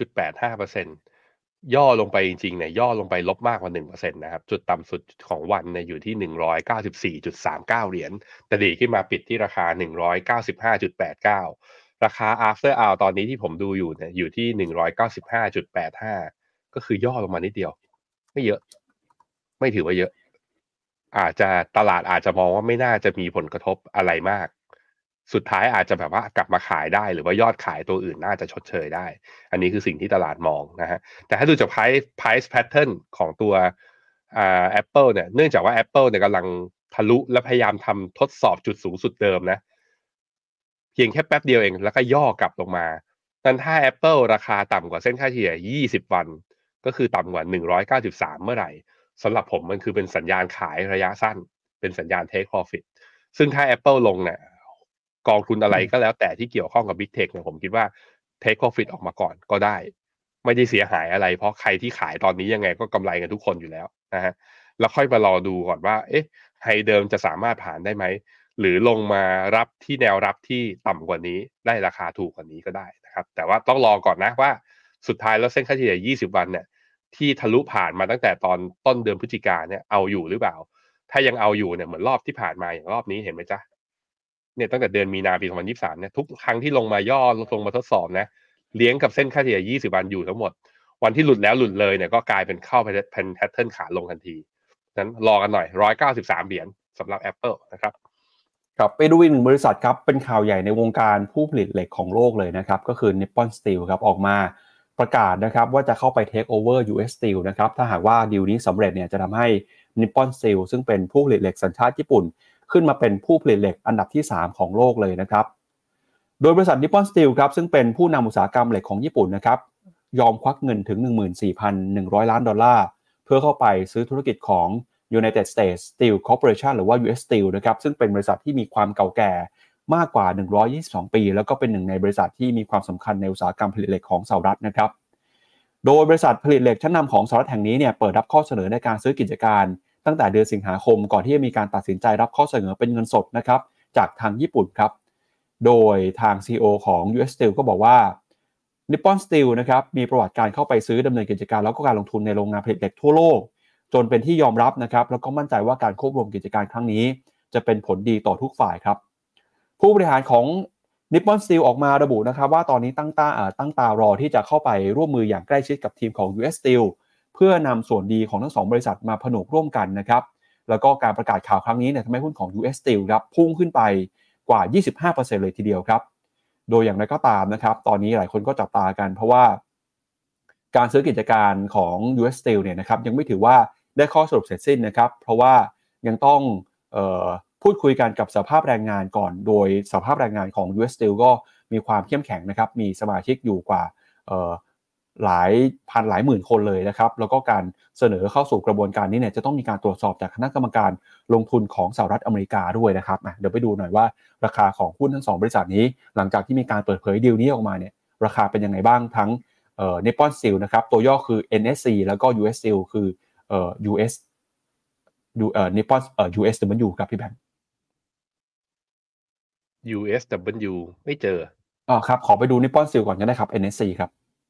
0.85% ย่อลงไปจริงๆเนี่ยย่อลงไปลบมากกว่า 1% นะครับจุดต่ำสุดของวันเนี่ยอยู่ที่ 194.39 เหรียญแต่ดีขึ้นมาปิดที่ราคา 195.89 ราคา after hour ตอนนี้ที่ผมดูอยู่เนี่ยอยู่ที่ 195.85 ก็คือย่อลงมานิดเดียวไม่เยอะไม่ถือว่าเยอะอาจจะตลาดอาจจะมองว่าไม่น่าจะมีผลกระทบอะไรมากสุดท้ายอาจจะแบบว่ากลับมาขายได้หรือว่ายอดขายตัวอื่นน่าจะชดเชยได้อันนี้คือสิ่งที่ตลาดมองนะฮะแต่ถ้าดูจาก price pattern ของตัวApple เนี่ยเนื่องจากว่า Apple เนี่ยกำลังทะลุและพยายามทำทดสอบจุดสูงสุดเดิมนะเพียงแค่แป๊บเดียวเองแล้วก็ย่อกลับลงมานั้นถ้า Apple ราคาต่ำกว่าเส้นค่าเฉลี่ย20วันก็คือต่ำกว่า193เมื่อไหร่สำหรับผมมันคือเป็นสัญญาณขายระยะสั้นเป็นสัญญาณ take profit ซึ่งถ้า Apple ลงเนี่ยกองทุนอะไรก็แล้วแต่ที่เกี่ยวข้องกับ Big Tech เนี่ยผมคิดว่า take profit ออกมาก่อนก็ได้ไม่ได้เสียหายอะไรเพราะใครที่ขายตอนนี้ยังไงก็กำไรกันทุกคนอยู่แล้วนะฮะแล้วค่อยมารอดูก่อนว่าไฮเดิมจะสามารถผ่านได้ไหมหรือลงมารับที่แนวรับที่ต่ำกว่านี้ได้ราคาถูกกว่านี้ก็ได้นะครับแต่ว่าต้องรอก่อนนะว่าสุดท้ายแล้วเส้นค่าเฉลี่ย20วันเนี่ยที่ทะลุผ่านมาตั้งแต่ตอนต้นเดือนพฤศจิกาเนี่ยเอาอยู่หรือเปล่าถ้ายังเอาอยู่เนี่ยเหมือนรอบที่ผ่านมาอย่างรอบนี้เห็นไหมจ๊ะเนี่ยตั้งแต่เดือนมีนาปี2023เนี่ยทุกครั้งที่ลงมาย่อลงมาทดสอบนะเลี้ยงกับเส้นค่าเฉลี่ย20วันอยู่ทั้งหมดวันที่หลุดแล้วหลุดเลยเนี่ยก็กลายเป็นเข้าเป็นแพทเทิร์นขาลงทันทีนั้นรอกันหน่อย193เหรียญสำหรับ Apple นะครับครับไปดูอีกหนึ่งบริษัทครับเป็นข่าวใหญ่ในวงการผู้ผลิตเหล็กของโลกเลยนะครับก็คือ Nippon Steel ครับออกมาประกาศนะครับว่าจะเข้าไป take over US Steel นะครับถ้าหากว่าดีลนี้สำเร็จเนี่ยจะทำให้ Nippon Steel ซึ่งเป็นผู้ผลิตเหล็กสัญชาติญี่ปุ่นขึ้นมาเป็นผู้ผลิตเหล็กอันดับที่3ของโลกเลยนะครับโดยบริษัท Nippon Steel ครับซึ่งเป็นผู้นำอุตสาหกรรมเหล็กของญี่ปุ่นนะครับยอมควักเงินถึง 14,100 ล้านดอลลาร์เพื่อเข้าไปซื้อธุรกิจของ United States Steel Corporation หรือว่า US Steel นะครับซึ่งเป็นบริษัทที่มีความเก่าแก่มากกว่า122ปีแล้วก็เป็นหนึ่งในบริษัทที่มีความสำคัญในอุตสาหกรรมผลิตเหล็กของสหรัฐนะครับโดยบริษัทผลิตเหล็กชั้นนำของสหรัฐแห่งนี้เนี่ยเปิดรับข้อเสนอในการซื้อกิจการตั้งแต่เดือนสิงหาคมก่อนที่จะมีการตัดสินใจรับข้อเสนอเป็นเงินสดนะครับจากทางญี่ปุ่นครับโดยทาง CEO ของ US Steel ก็บอกว่า Nippon Steel นะครับมีประวัติการเข้าไปซื้อดำเนินกิจการแล้วก็การลงทุนในโรงงานผลิตเหล็กทั่วโลกจนเป็นที่ยอมรับนะครับแล้วก็มั่นใจว่าการควบรวมกิจการครั้งนี้จะเป็นผลดีต่อทุกฝ่ายครับผู้บริหารของ Nippon Steel ออกมาระบุนะครับว่าตอนนี้ตั้งตารอที่จะเข้าไปร่วมมืออย่างใกล้ชิดกับทีมของ US Steel เพื่อนำส่วนดีของทั้ง2บริษัทมาผนวกร่วมกันนะครับแล้วก็การประกาศข่าวครั้งนี้เนี่ยทำให้หุ้นของ US Steel ครับพุ่งขึ้นไปกว่า 25% เลยทีเดียวครับโดยอย่างไรก็ตามนะครับตอนนี้หลายคนก็จับตากันเพราะว่าการซื้อกิจการของ US Steel เนี่ยนะครับยังไม่ถือว่าได้ข้อสรุปเสร็จสิ้นนะครับเพราะว่ายังต้องพูดคุยกันกับสภาพแรงงานก่อนโดยสภาพแรงงานของ US Steel ก็มีความเข้มแข็งนะครับมีสมาชิกอยู่กว่าหลายพันหลายหมื่นคนเลยนะครับแล้วก็การเสนอเข้าสู่กระบวนการนี้เนี่ยจะต้องมีการตรวจสอบจากคณะกรรมการลงทุนของสหรัฐอเมริกาด้วยนะครับเดี๋ยวไปดูหน่อยว่าราคาของหุ้นทั้ง2บริษัทนี้หลังจากที่มีการเปิดเผยดีลนี้ออกมาเนี่ยราคาเป็นยังไงบ้างทั้งNippon Steel นะครับตัวย่อคือ NSC แล้วก็ US Steel คือUS Nippon USW ครับพี่แบงค์ USW ไม่เจอครับขอไปดู Nippon Steel ก่อนก็ได้ครับ NSC ครับ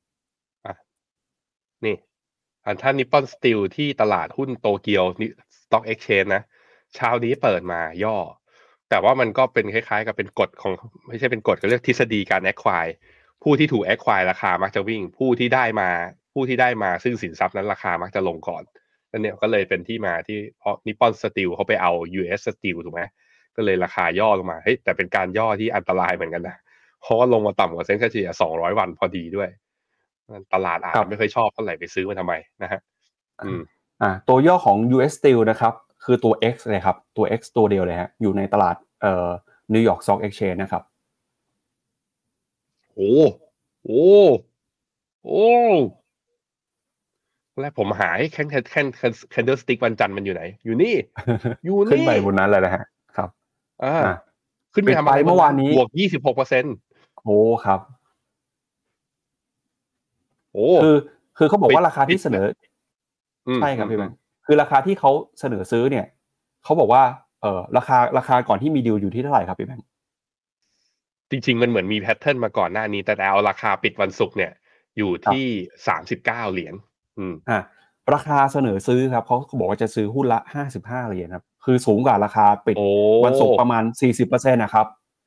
นี่ถ้า Nippon Steel ที่ตลาดหุ้นโตเกียว Stock Exchange นะเช้านี้เปิดมาย่อแต่ว่ามันก็เป็นคล้ายๆกับเป็นกฎของไม่ใช่เป็นกฎก็เรียกทฤษฎีการ acquire ผู้ที่ถูก acquire ราคามักจะวิ่งผู้ที่ได้มาซึ่งสินทรัพย์นั้นราคามักจะลงก่อนนั่นเนี่ยก็เลยเป็นที่มาที่เพราะ Nippon Steel เขาไปเอา US Steel ถูกไหมก็เลยราคาย่อลงมาเฮ้ยแต่เป็นการย่อที่อันตรายเหมือนกันนะเพราะว่าลงมาต่ำกว่าเซ็นเฉลี่ย200วันพอดีด้วยตลาดอาจจะไม่ค่อยชอบเท่าไหร่ไปซื้อมาทำไมนะฮะตัวย่อของ US Steel นะครับคือตัว X เลยครับตัว X ตัวเดียวเลยฮะอยู่ในตลาดNew York Stock Exchange นะครับโอ้แรกผมหาให้แคนเดลสติ๊กวันจันทร์มันอยู่ไหนอยู่นี่ขึ้นไปบนนั้นเลยนะฮะครับขึ้นไปทำอะไรเมื่อวานนี้บวก 26% โอ้ครับคือเขาบอกว่าราคาที่เสนอใช่ครับพี่แบงค์คือราคาที่เขาเสนอซื้อเนี่ยเขาบอกว่าราคาก่อนที่มีดีลอยู่ที่เท่าไหร่ครับพี่แบงค์จริงๆมันเหมือนมีแพทเทิร์นมาก่อนหน้านี้แต่เอาราคาปิดวันศุกร์เนี่ยอยู่ที่$39 ราคาเสนอซื้อครับเขาบอกว่าจะซื้อหุ้นละ$55ครับคือสูงกว่าราคาปิดวันศุกร์ประมาณ 40% นะครับ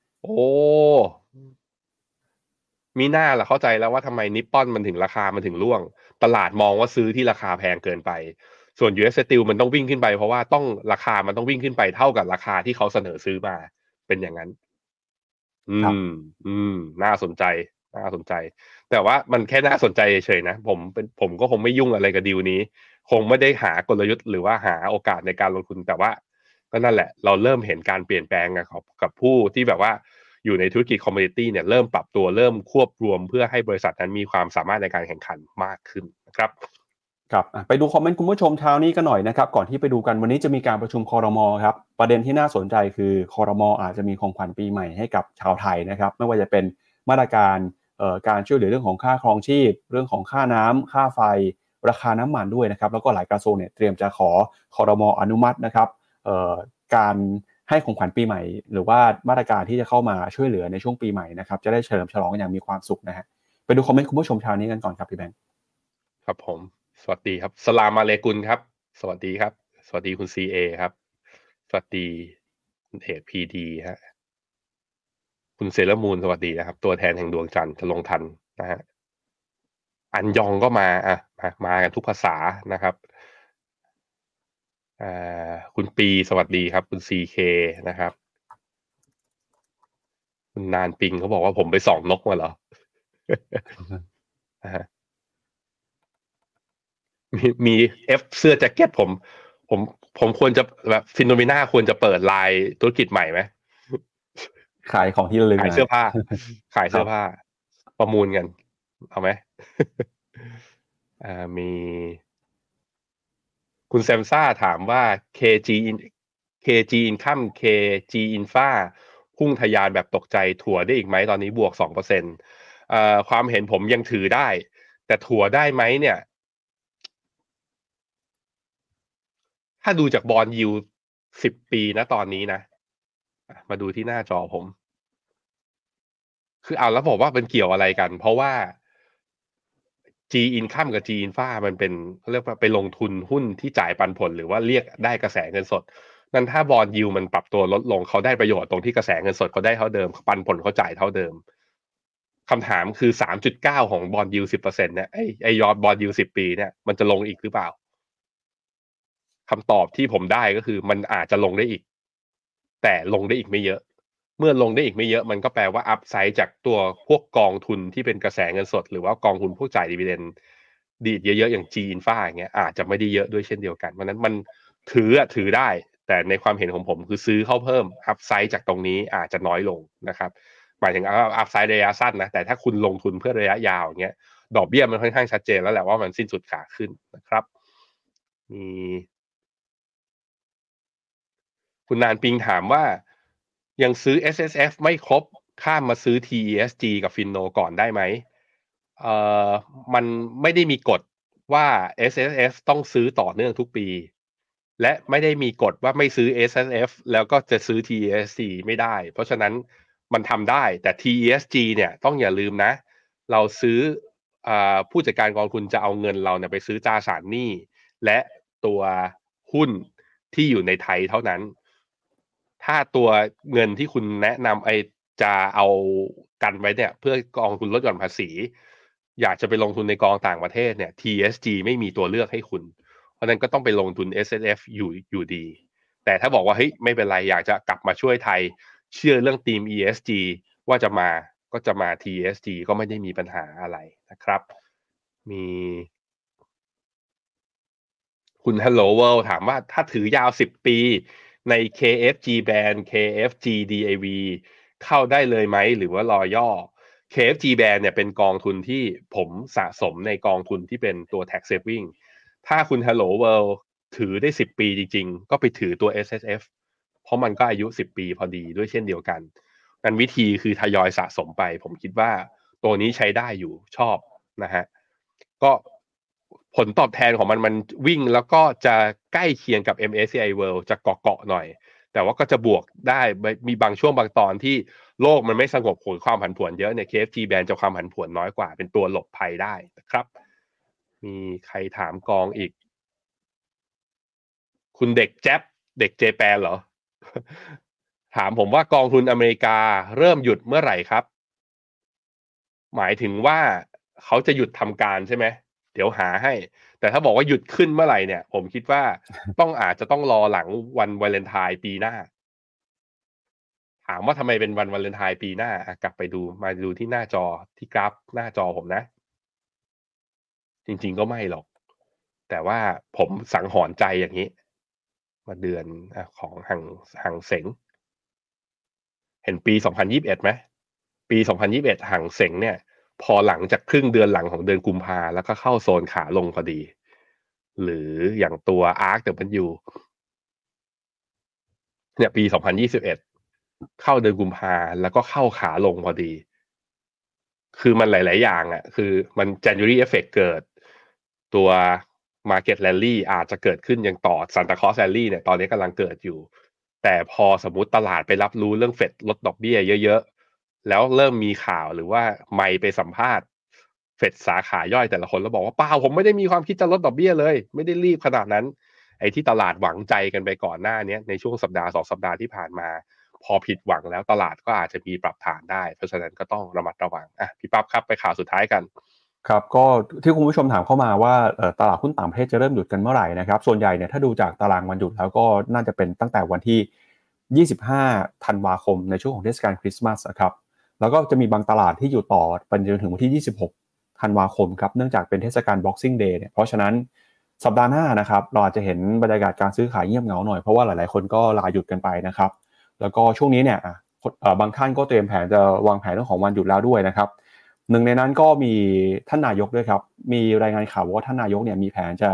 มีหน้าล่ะเข้าใจแล้วว่าทำไมนิปปอนมันถึงราคามันถึงร่วงตลาดมองว่าซื้อที่ราคาแพงเกินไปส่วน US Steel มันต้องวิ่งขึ้นไปเพราะว่าราคามันต้องวิ่งขึ้นไปเท่ากับราคาที่เขาเสนอซื้อมาเป็นอย่างนั้นน่าสนใจแต่ว่ามันแค่น่าสนใจเฉยๆนะผมก็คงไม่ยุ่งอะไรกับดีลนี้คงไม่ได้หากลยุทธ์หรือว่าหาโอกาสในการลงทุนแต่ว่าก็นั่นแหละเราเริ่มเห็นการเปลี่ยนแปลงกับผู้ที่แบบว่าอยู่ในธุรกิจคอมมูนิตี้เนี่ยเริ่มปรับตัวเริ่มควบรวมเพื่อให้บริษัทนั้นมีความสามารถในการแข่งขันมากขึ้นนะครับครับไปดูคอมเมนต์คุณผู้ชมเช้านี้กันหน่อยนะครับก่อนที่ไปดูกันวันนี้จะมีการประชุมครม.ครับประเด็นที่น่าสนใจคือครม.อาจจะมีของขวัญปีใหม่ให้กับชาวไทยนะครับไม่ว่าจะเป็นมาตรการการช่วยเหลือเรื่องของค่าครองชีพเรื่องของค่าน้ำค่าไฟราคาน้ำมันด้วยนะครับแล้วก็หลายกระทรวงเนี่ยเตรียมจะขอครม.อนุมัตินะครับการให้ของขวัญปีใหม่หรือว่ามาตรการที่จะเข้ามาช่วยเหลือในช่วงปีใหม่นะครับจะได้เฉลิมฉลองอย่างมีความสุขนะฮะไปดูคอมเมนต์คุณผู้ชมเช้านี้กันก่อนครับพี่แบงค์ครับผมสวัสดีครับสลามอะลัยกุมครับสวัสดีครับสวัสดีคุณ CA ครับสวัสดีคุณเอก PD ฮะคุณเซเลอร์มูนสวัสดีนะครับตัวแทนแห่งดวงจันทร์จะลงทันนะฮะอันยองก็มามากันทุกภาษานะครับคุณปีสวัสดีครับคุณ CK นะครับคุณนานปิงเขาบอกว่าผมไปส่องนกมาเหรอ มีเอฟเสื้อแจ็คเก็ตผมควรจะแบบฟิโนเมนาควรจะเปิดไลน์ธุรกิจใหม่ไหมขายของที่ระลึกขายเสื้อผ้าประมูลกันเอาไหมมีคุณแซมซ่าถามว่า KG Income KG Infra พุ่งทะยานแบบตกใจถั่วได้อีกไหมตอนนี้บวก 2%ความเห็นผมยังถือได้แต่ถั่วได้ไหมเนี่ยถ้าดูจากบอนด์ยิลด์10 ปีนะตอนนี้นะมาดูที่หน้าจอผมคือเอาแล้วบอกว่าเป็นเกี่ยวอะไรกันเพราะว่า G Income กับ G Infra มันเป็นเรียกว่าไปลงทุนหุ้นที่จ่ายปันผลหรือว่าเรียกได้กระแสเงินสดนั้นถ้าบอนด์ยิลด์มันปรับตัวลดลงเขาได้ประโยชน์ตรงที่กระแสเงินสดเขาได้เท่าเดิมปันผลเขาจ่ายเท่าเดิมคำถามคือ 3.9 ของบอนด์ยิลด์ 10% เนี่ยไอยอดบอนด์ยิลด์10 ปีเนี่ยมันจะลงอีกหรือเปล่าคำตอบที่ผมได้ก็คือมันอาจจะลงได้อีกแต่ลงได้อีกไม่เยอะเมื่อลงได้อีกไม่เยอะมันก็แปลว่าอัพไซด์จากตัวพวกกองทุนที่เป็นกระแสเงินสดหรือว่ากองทุนพวกจ่ายดิวิเดนด์ดีดเยอะๆอย่าง G Infra อย่างเงี้ยอาจจะไม่ได้เยอะด้วยเช่นเดียวกันเพราะนั้นมันถือได้แต่ในความเห็นของผมคือซื้อเข้าเพิ่มอัพไซด์จากตรงนี้อาจจะน้อยลงนะครับหมายถึงอัพไซด์ระยะสั้นนะแต่ถ้าคุณลงทุนเพื่อระยะยาวอย่างเงี้ยดอกเบี้ยมันค่อนข้างชัดเจนแล้วแหละว่ามันสิ้นสุดขาขึ้นนะครับมีคุณนานปิงถามว่ายังซื้อ SSF ไม่ครบข้ามมาซื้อ TESG กับ Finno ก่อนได้ไหมเอ่อมันไม่ได้มีกฎว่า SSF ต้องซื้อต่อเนื่องทุกปีและไม่ได้มีกฎว่าไม่ซื้อ SSF แล้วก็จะซื้อ TESG ไม่ได้เพราะฉะนั้นมันทำได้แต่ TESG เนี่ยต้องอย่าลืมนะเราซื้อผู้จัดการกองทุนจะเอาเงินเราเนี่ยไปซื้อตราสารหนี้และตัวหุ้นที่อยู่ในไทยเท่านั้นถ้าตัวเงินที่คุณแนะนำจะเอากันไว้เนี่ยเพื่อกองทุนลดหย่อนภาษีอยากจะไปลงทุนในกองต่างประเทศเนี่ย TSG ไม่มีตัวเลือกให้คุณเพราะนั้นก็ต้องไปลงทุน SSF อยู่ดีแต่ถ้าบอกว่าเฮ้ยไม่เป็นไรอยากจะกลับมาช่วยไทยเชื่อเรื่องทีม ESG ว่าจะมาก็จะมา TSG ก็ไม่ได้มีปัญหาอะไรนะครับมีคุณ Hello World ถามว่าถ้าถือยาว10 ปีใน KFG Band KFG DAV เข้าได้เลยไหมหรือว่ารอย่อ KFG Band เนี่ยเป็นกองทุนที่ผมสะสมในกองทุนที่เป็นตัว tax saving ถ้าคุณ Hello World ถือได้10 ปีจริงๆก็ไปถือตัว SSF เพราะมันก็อายุ10 ปีพอดีด้วยเช่นเดียวกันงั้นวิธีคือทยอยสะสมไปผมคิดว่าตัวนี้ใช้ได้อยู่ชอบนะฮะก็ผลตอบแทนของมันวิ่งแล้วก็จะใกล้เคียงกับ MSCI World จะเกาะหน่อยแต่ว่าก็จะบวกได้มีบางช่วงบางตอนที่โลกมันไม่สงบความผันผวนเยอะเนี่ย KFG Band จะความผันผวนน้อยกว่าเป็นตัวหลบภัยได้นะครับมีใครถามกองอีกคุณเด็กแจ๊บเด็กเจแปนเหรอ ถามผมว่ากองทุนอเมริกาเริ่มหยุดเมื่อไหร่ครับหมายถึงว่าเขาจะหยุดทำการใช่ไหมเดี๋ยวหาให้แต่ถ้าบอกว่าหยุดขึ้นเมื่อไหร่เนี่ยผมคิดว่าอาจจะต้องรอหลังวันวาเลนไทน์ปีหน้าถามว่าทำไมเป็นวันวาเลนไทน์ปีหน้ากลับไปมาดูที่หน้าจอที่กราฟหน้าจอผมนะจริงๆก็ไม่หรอกแต่ว่าผมสังหรณ์ใจอย่างนี้มาเดือนของหังเส็งเห็นปี2021ไหมปี2021หังเส็งเนี่ยพอหลังจากครึ่งเดือนหลังของเดือนกุมภาแล้วก็เข้าโซนขาลงพอดีหรืออย่างตัว ARKW เนี่ยปี2021เข้าเดือนกุมภาแล้วก็เข้าขาลงพอดีคือมันหลายๆอย่างอ่ะคือมัน January effect เกิดตัว Market Rally อาจจะเกิดขึ้นอย่างต่อ Santa Claus Rally เนี่ยตอนนี้กำลังเกิดอยู่แต่พอสมมุติตลาดไปรับรู้เรื่องเฟดลดดอกเบี้ยเยอะๆแล้วเริ่มมีข่าวหรือว่าไมค์ไปสัมภาษณ์เฟดสาขาย่อยแต่ละคนแล้วบอกว่าเปล่าผมไม่ได้มีความคิดจะลดดอกเบี้ยเลยไม่ได้รีบขนาดนั้นไอ้ที่ตลาดหวังใจกันไปก่อนหน้านี้ในช่วงสัปดาห์2 สัปดาห์ที่ผ่านมาพอผิดหวังแล้วตลาดก็อาจจะมีปรับฐานได้เพราะฉะนั้นก็ต้องระมัดระวังพี่ปั๊บครับไปข่าวสุดท้ายกันครับก็ที่คุณผู้ชมถามเข้ามาว่าตลาดหุ้นต่างประเทศจะเริ่มหยุดกันเมื่อไหร่นะครับส่วนใหญ่เนี่ยถ้าดูจากตารางวันหยุดแล้วก็น่าจะเป็นตั้งแต่วันที่25ธันวาคมในช่วงของเทศกาลคริสต์มาสนะครับแล้วก็จะมีบางตลาดที่อยู่ต่อไปจนถึงวันที่26ธันวาคมครับเนื่องจากเป็นเทศกาล Boxing Day เนี่ยเพราะฉะนั้นสัปดาห์หน้านะครับเราอาจจะเห็นบรรยากาศการซื้อขายเงียบเหงาหน่อยเพราะว่าหลายๆคนก็ลาหยุดกันไปนะครับแล้วก็ช่วงนี้เนี่ยบางท่านก็เตรียมแผนจะวางแผนเรื่องของวันหยุดแล้วด้วยนะครับหนึ่งในนั้นก็มีท่านนายกด้วยครับมีรายงานข่าวว่าท่านนายกเนี่ยมีแผนจะ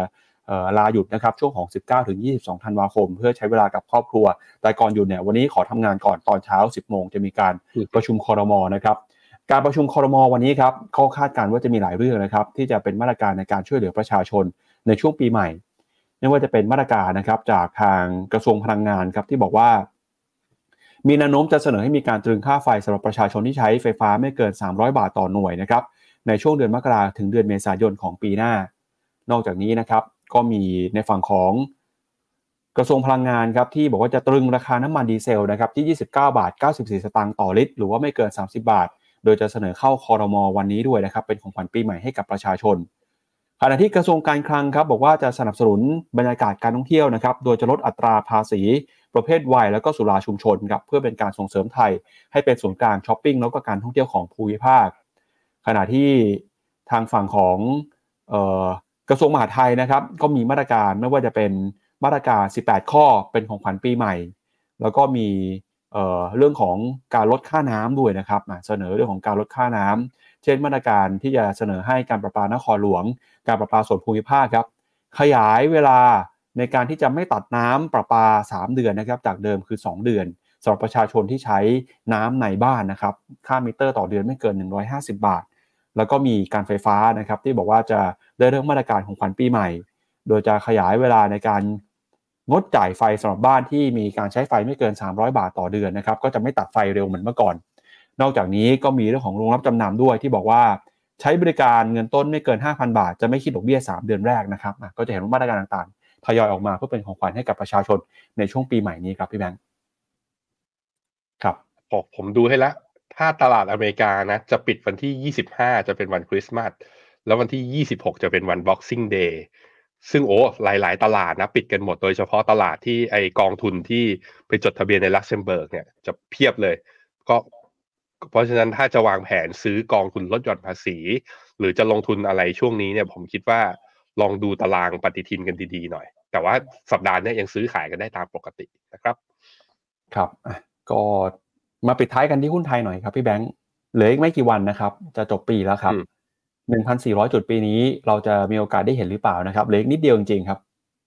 ลาหยุดนะครับช่วงของ19ถึง22ธันวาคมเพื่อใช้เวลากับครอบครัวแต่ก่อนหยุดเนี่ยวันนี้ขอทำงานก่อนตอนเช้า 10 โมงจะมีการประชุมครม.นะครับการประชุมครม.วันนี้ครับก็คาดการณ์ว่าจะมีหลายเรื่องนะครับที่จะเป็นมาตรการในการช่วยเหลือประชาชนในช่วงปีใหม่ไม่ว่าจะเป็นมาตรการนะครับจากทางกระทรวงพลังงานครับที่บอกว่ามีแนวโน้มจะเสนอให้มีการตรึงค่าไฟสำหรับประชาชนที่ใช้ไฟฟ้าไม่เกิน300บาทต่อหน่วยนะครับในช่วงเดือนมกราคมถึงเดือนเมษายนของปีหน้านอกจากนี้นะครับก็มีในฝั่งของกระทรวงพลังงานครับที่บอกว่าจะตรึงราคาน้ำมันดีเซลนะครับที่29.94 บาทต่อลิตรหรือว่าไม่เกิน30บาทโดยจะเสนอเข้าครม.วันนี้ด้วยนะครับเป็นของขวัญปีใหม่ให้กับประชาชนขณะที่กระทรวงการคลังครับบอกว่าจะสนับสนุนบรรยากาศการท่องเที่ยวนะครับโดยจะลดอัตราภาษีประเภทไวน์แล้วก็สุราชุมชนครับเพื่อเป็นการส่งเสริมไทยให้เป็นศูนย์กลางช้อปปิ้งแล้วก็การท่องเที่ยวของภูมิภาคขณะที่ทางฝั่งของกระทรวงมหาดไทยนะครับก็มีมาตรการไม่ว่าจะเป็นมาตรการ18ข้อเป็นของขวัญปีใหม่แล้วก็มีเรื่องของการลดค่าน้ำด้วยนะครับเสนอเรื่องของการลดค่าน้ำเช่นมาตรการที่จะเสนอให้การประปานครหลวงการประปาส่วนภูมิภาคครับขยายเวลาในการที่จะไม่ตัดน้ำประปา3เดือนนะครับจากเดิมคือ2เดือนสำหรับประชาชนที่ใช้น้ำในบ้านนะครับค่ามิเตอร์ต่อเดือนไม่เกิน150บาทแล้วก็มีการไฟฟ้านะครับที่บอกว่าจะได้เรื่องมาตรการของขวัญปีใหม่โดยจะขยายเวลาในการงดจ่ายไฟสำหรับบ้านที่มีการใช้ไฟไม่เกิน300บาทต่อเดือนนะครับก็จะไม่ตัดไฟเร็วเหมือนเมื่อก่อนนอกจากนี้ก็มีเรื่องของโรงรับจำนำด้วยที่บอกว่าใช้บริการเงินต้นไม่เกิน 5,000 บาทจะไม่คิดดอกเบี้ย3เดือนแรกนะครับก็จะเห็นว่ามาตรการต่างๆทยอยออกมาเพื่อเป็นของขวัญให้กับประชาชนในช่วงปีใหม่นี้ครับพี่แบงค์ครับผมดูให้แล้วถ้าตลาดอเมริกานะจะปิดวันที่25จะเป็นวันคริสต์มาสแล้ววันที่26จะเป็นวัน Boxing Day ซึ่งหลายๆตลาดนะปิดกันหมดโดยเฉพาะตลาดที่ไอกองทุนที่ไปจดทะเบียนในลักเซมเบิร์กเนี่ยจะเพียบเลยก็เพราะฉะนั้นถ้าจะวางแผนซื้อกองทุนลดหย่อนภาษีหรือจะลงทุนอะไรช่วงนี้เนี่ยผมคิดว่าลองดูตารางปฏิทินกันดีๆหน่อยแต่ว่าสัปดาห์นี้ยังซื้อขายกันได้ตามปกตินะครับครับก็มาปิดท้ายกันที่หุ้นไทยหน่อยครับพี่แบงค์เหลืออีกไม่กี่วันนะครับจะจบปีแล้วครับ 1,400 จุดปีนี้เราจะมีโอกาสได้เห็นหรือเปล่านะครับเหลืออีกนิดเดียวจริงๆครับ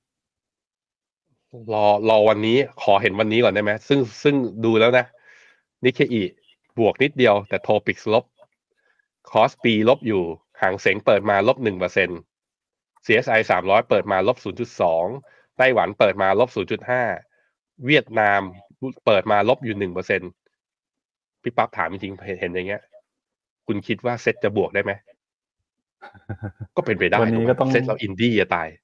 รอวันนี้ขอเห็นวันนี้ก่อนได้ไหมซึ่งดูแล้วนะนิเคอิบวกนิดเดียวแต่โทปิกลบคอสปีลบอยู่หางเส็งเปิดมาลบ 1% CSI 300เปิดมาลบ 0.2 ไต้หวันเปิดมาลบ 0.5 เวียดนามเปิดมาลบอยู่ 1% พี่ปั๊บถามจริงๆเห็นอย่างเงี้ยคุณคิดว่าเซ็ตจะบวกได้ไหมก็เป็นไปได้วันนี้ก็ต้องเซ็ตเราอินดี้จะตาย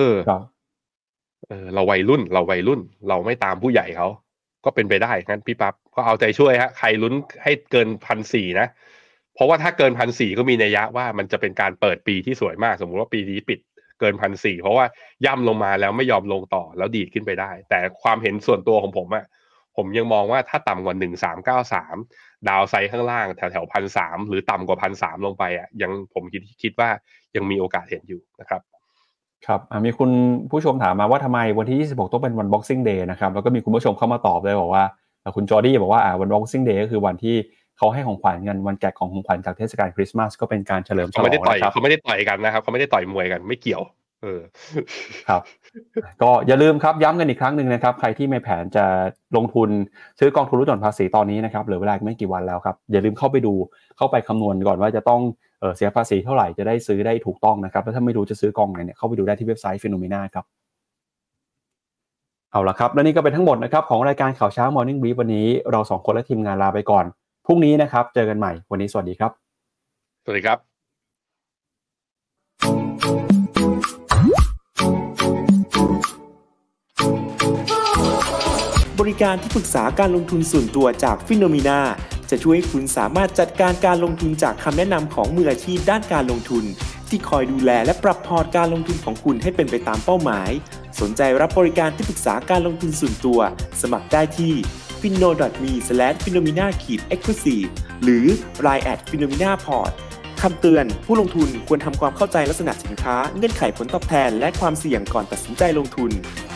เราวัยรุ่นเราไม่ตามผู้ใหญ่เขาก็เป็นไปได้งั้นพี่ปั๊บก็เอาใจช่วยฮะใครลุ้นให้เกิน 1,400 นะเพราะว่าถ้าเกิน 1,400 ก็มีนัยยะว่ามันจะเป็นการเปิดปีที่สวยมากสมมุติว่าปีนี้ปิดเกิน 1,400 เพราะว่าย่ำลงมาแล้วไม่ยอมลงต่อแล้วดีดขึ้นไปได้แต่ความเห็นส่วนตัวของผมผมยังมองว่าถ้าต่ำกว่า1393ดาวไซด์ข้างล่างแถว 1,300 หรือต่ำกว่า 1,300 ลงไปยังผมคิดว่ายังมีโอกาสเห็นอยู่นะครับครับมีคุณผู้ชมถามมาว่าทำไมวันที่26ต้องเป็นวัน Boxing Day นะครับแล้วก็มีคุณผู้ชมเข้ามาตอบเลยบอกว่าคุณจอร์ดี้บอกว่าวัน Boxing Day ก็คือวันที่เขาให้ของขวัญกันวันแจกของขวัญจากเทศกาลคริสต์มาสก็เป็นการเฉลิมฉลองนะครับเขาไม่ได้ต่อยกันนะครับเขาไม่ได้ต่อยมวยกันไม่เกี่ยวครับก็อย่าลืมครับย้ำกันอีกครั้งนึงนะครับใครที่มีแผนจะลงทุนซื้อกองทุนลดหย่อนภาษีตอนนี้นะครับเหลือเวลาไม่กี่วันแล้วครับอย่าลืมเข้าไปคำนวณก่อนว่าจะต้องเสียภาษีเท่าไหร่จะได้ซื้อได้ถูกต้องนะครับแล้วถ้าไม่รู้จะซื้อกองไหนเนี่ยเข้าไปดูได้ที่เว็บไซต์ Phenomena ครับเอาล่ะครับและนี่ก็เป็นทั้งหมดนะครับของรายการข่าวเช้า Morning Brief วันนี้เรา2คนและทีมงานลาไปก่อนพรุ่งนี้นะครับเจอกันใหม่วันนี้สวัสดีครับสวัสดีครับบริการที่ปรึกษาการลงทุนส่วนตัวจาก Phenomena จะช่วยให้คุณสามารถจัดการลงทุนจากคำแนะนำของมืออาชีพด้านการลงทุนที่คอยดูแลและปรับพอร์ตการลงทุนของคุณให้เป็นไปตามเป้าหมายสนใจรับบริการที่ปรึกษาการลงทุนส่วนตัวสมัครได้ที่ finno.me/phenomena-exclusive หรือ line@phenomena-port คำเตือนผู้ลงทุนควรทำความเข้าใจลักษณะสินค้าเงื่อนไขผลตอบแทนและความเสี่ยงก่อนตัดสินใจลงทุน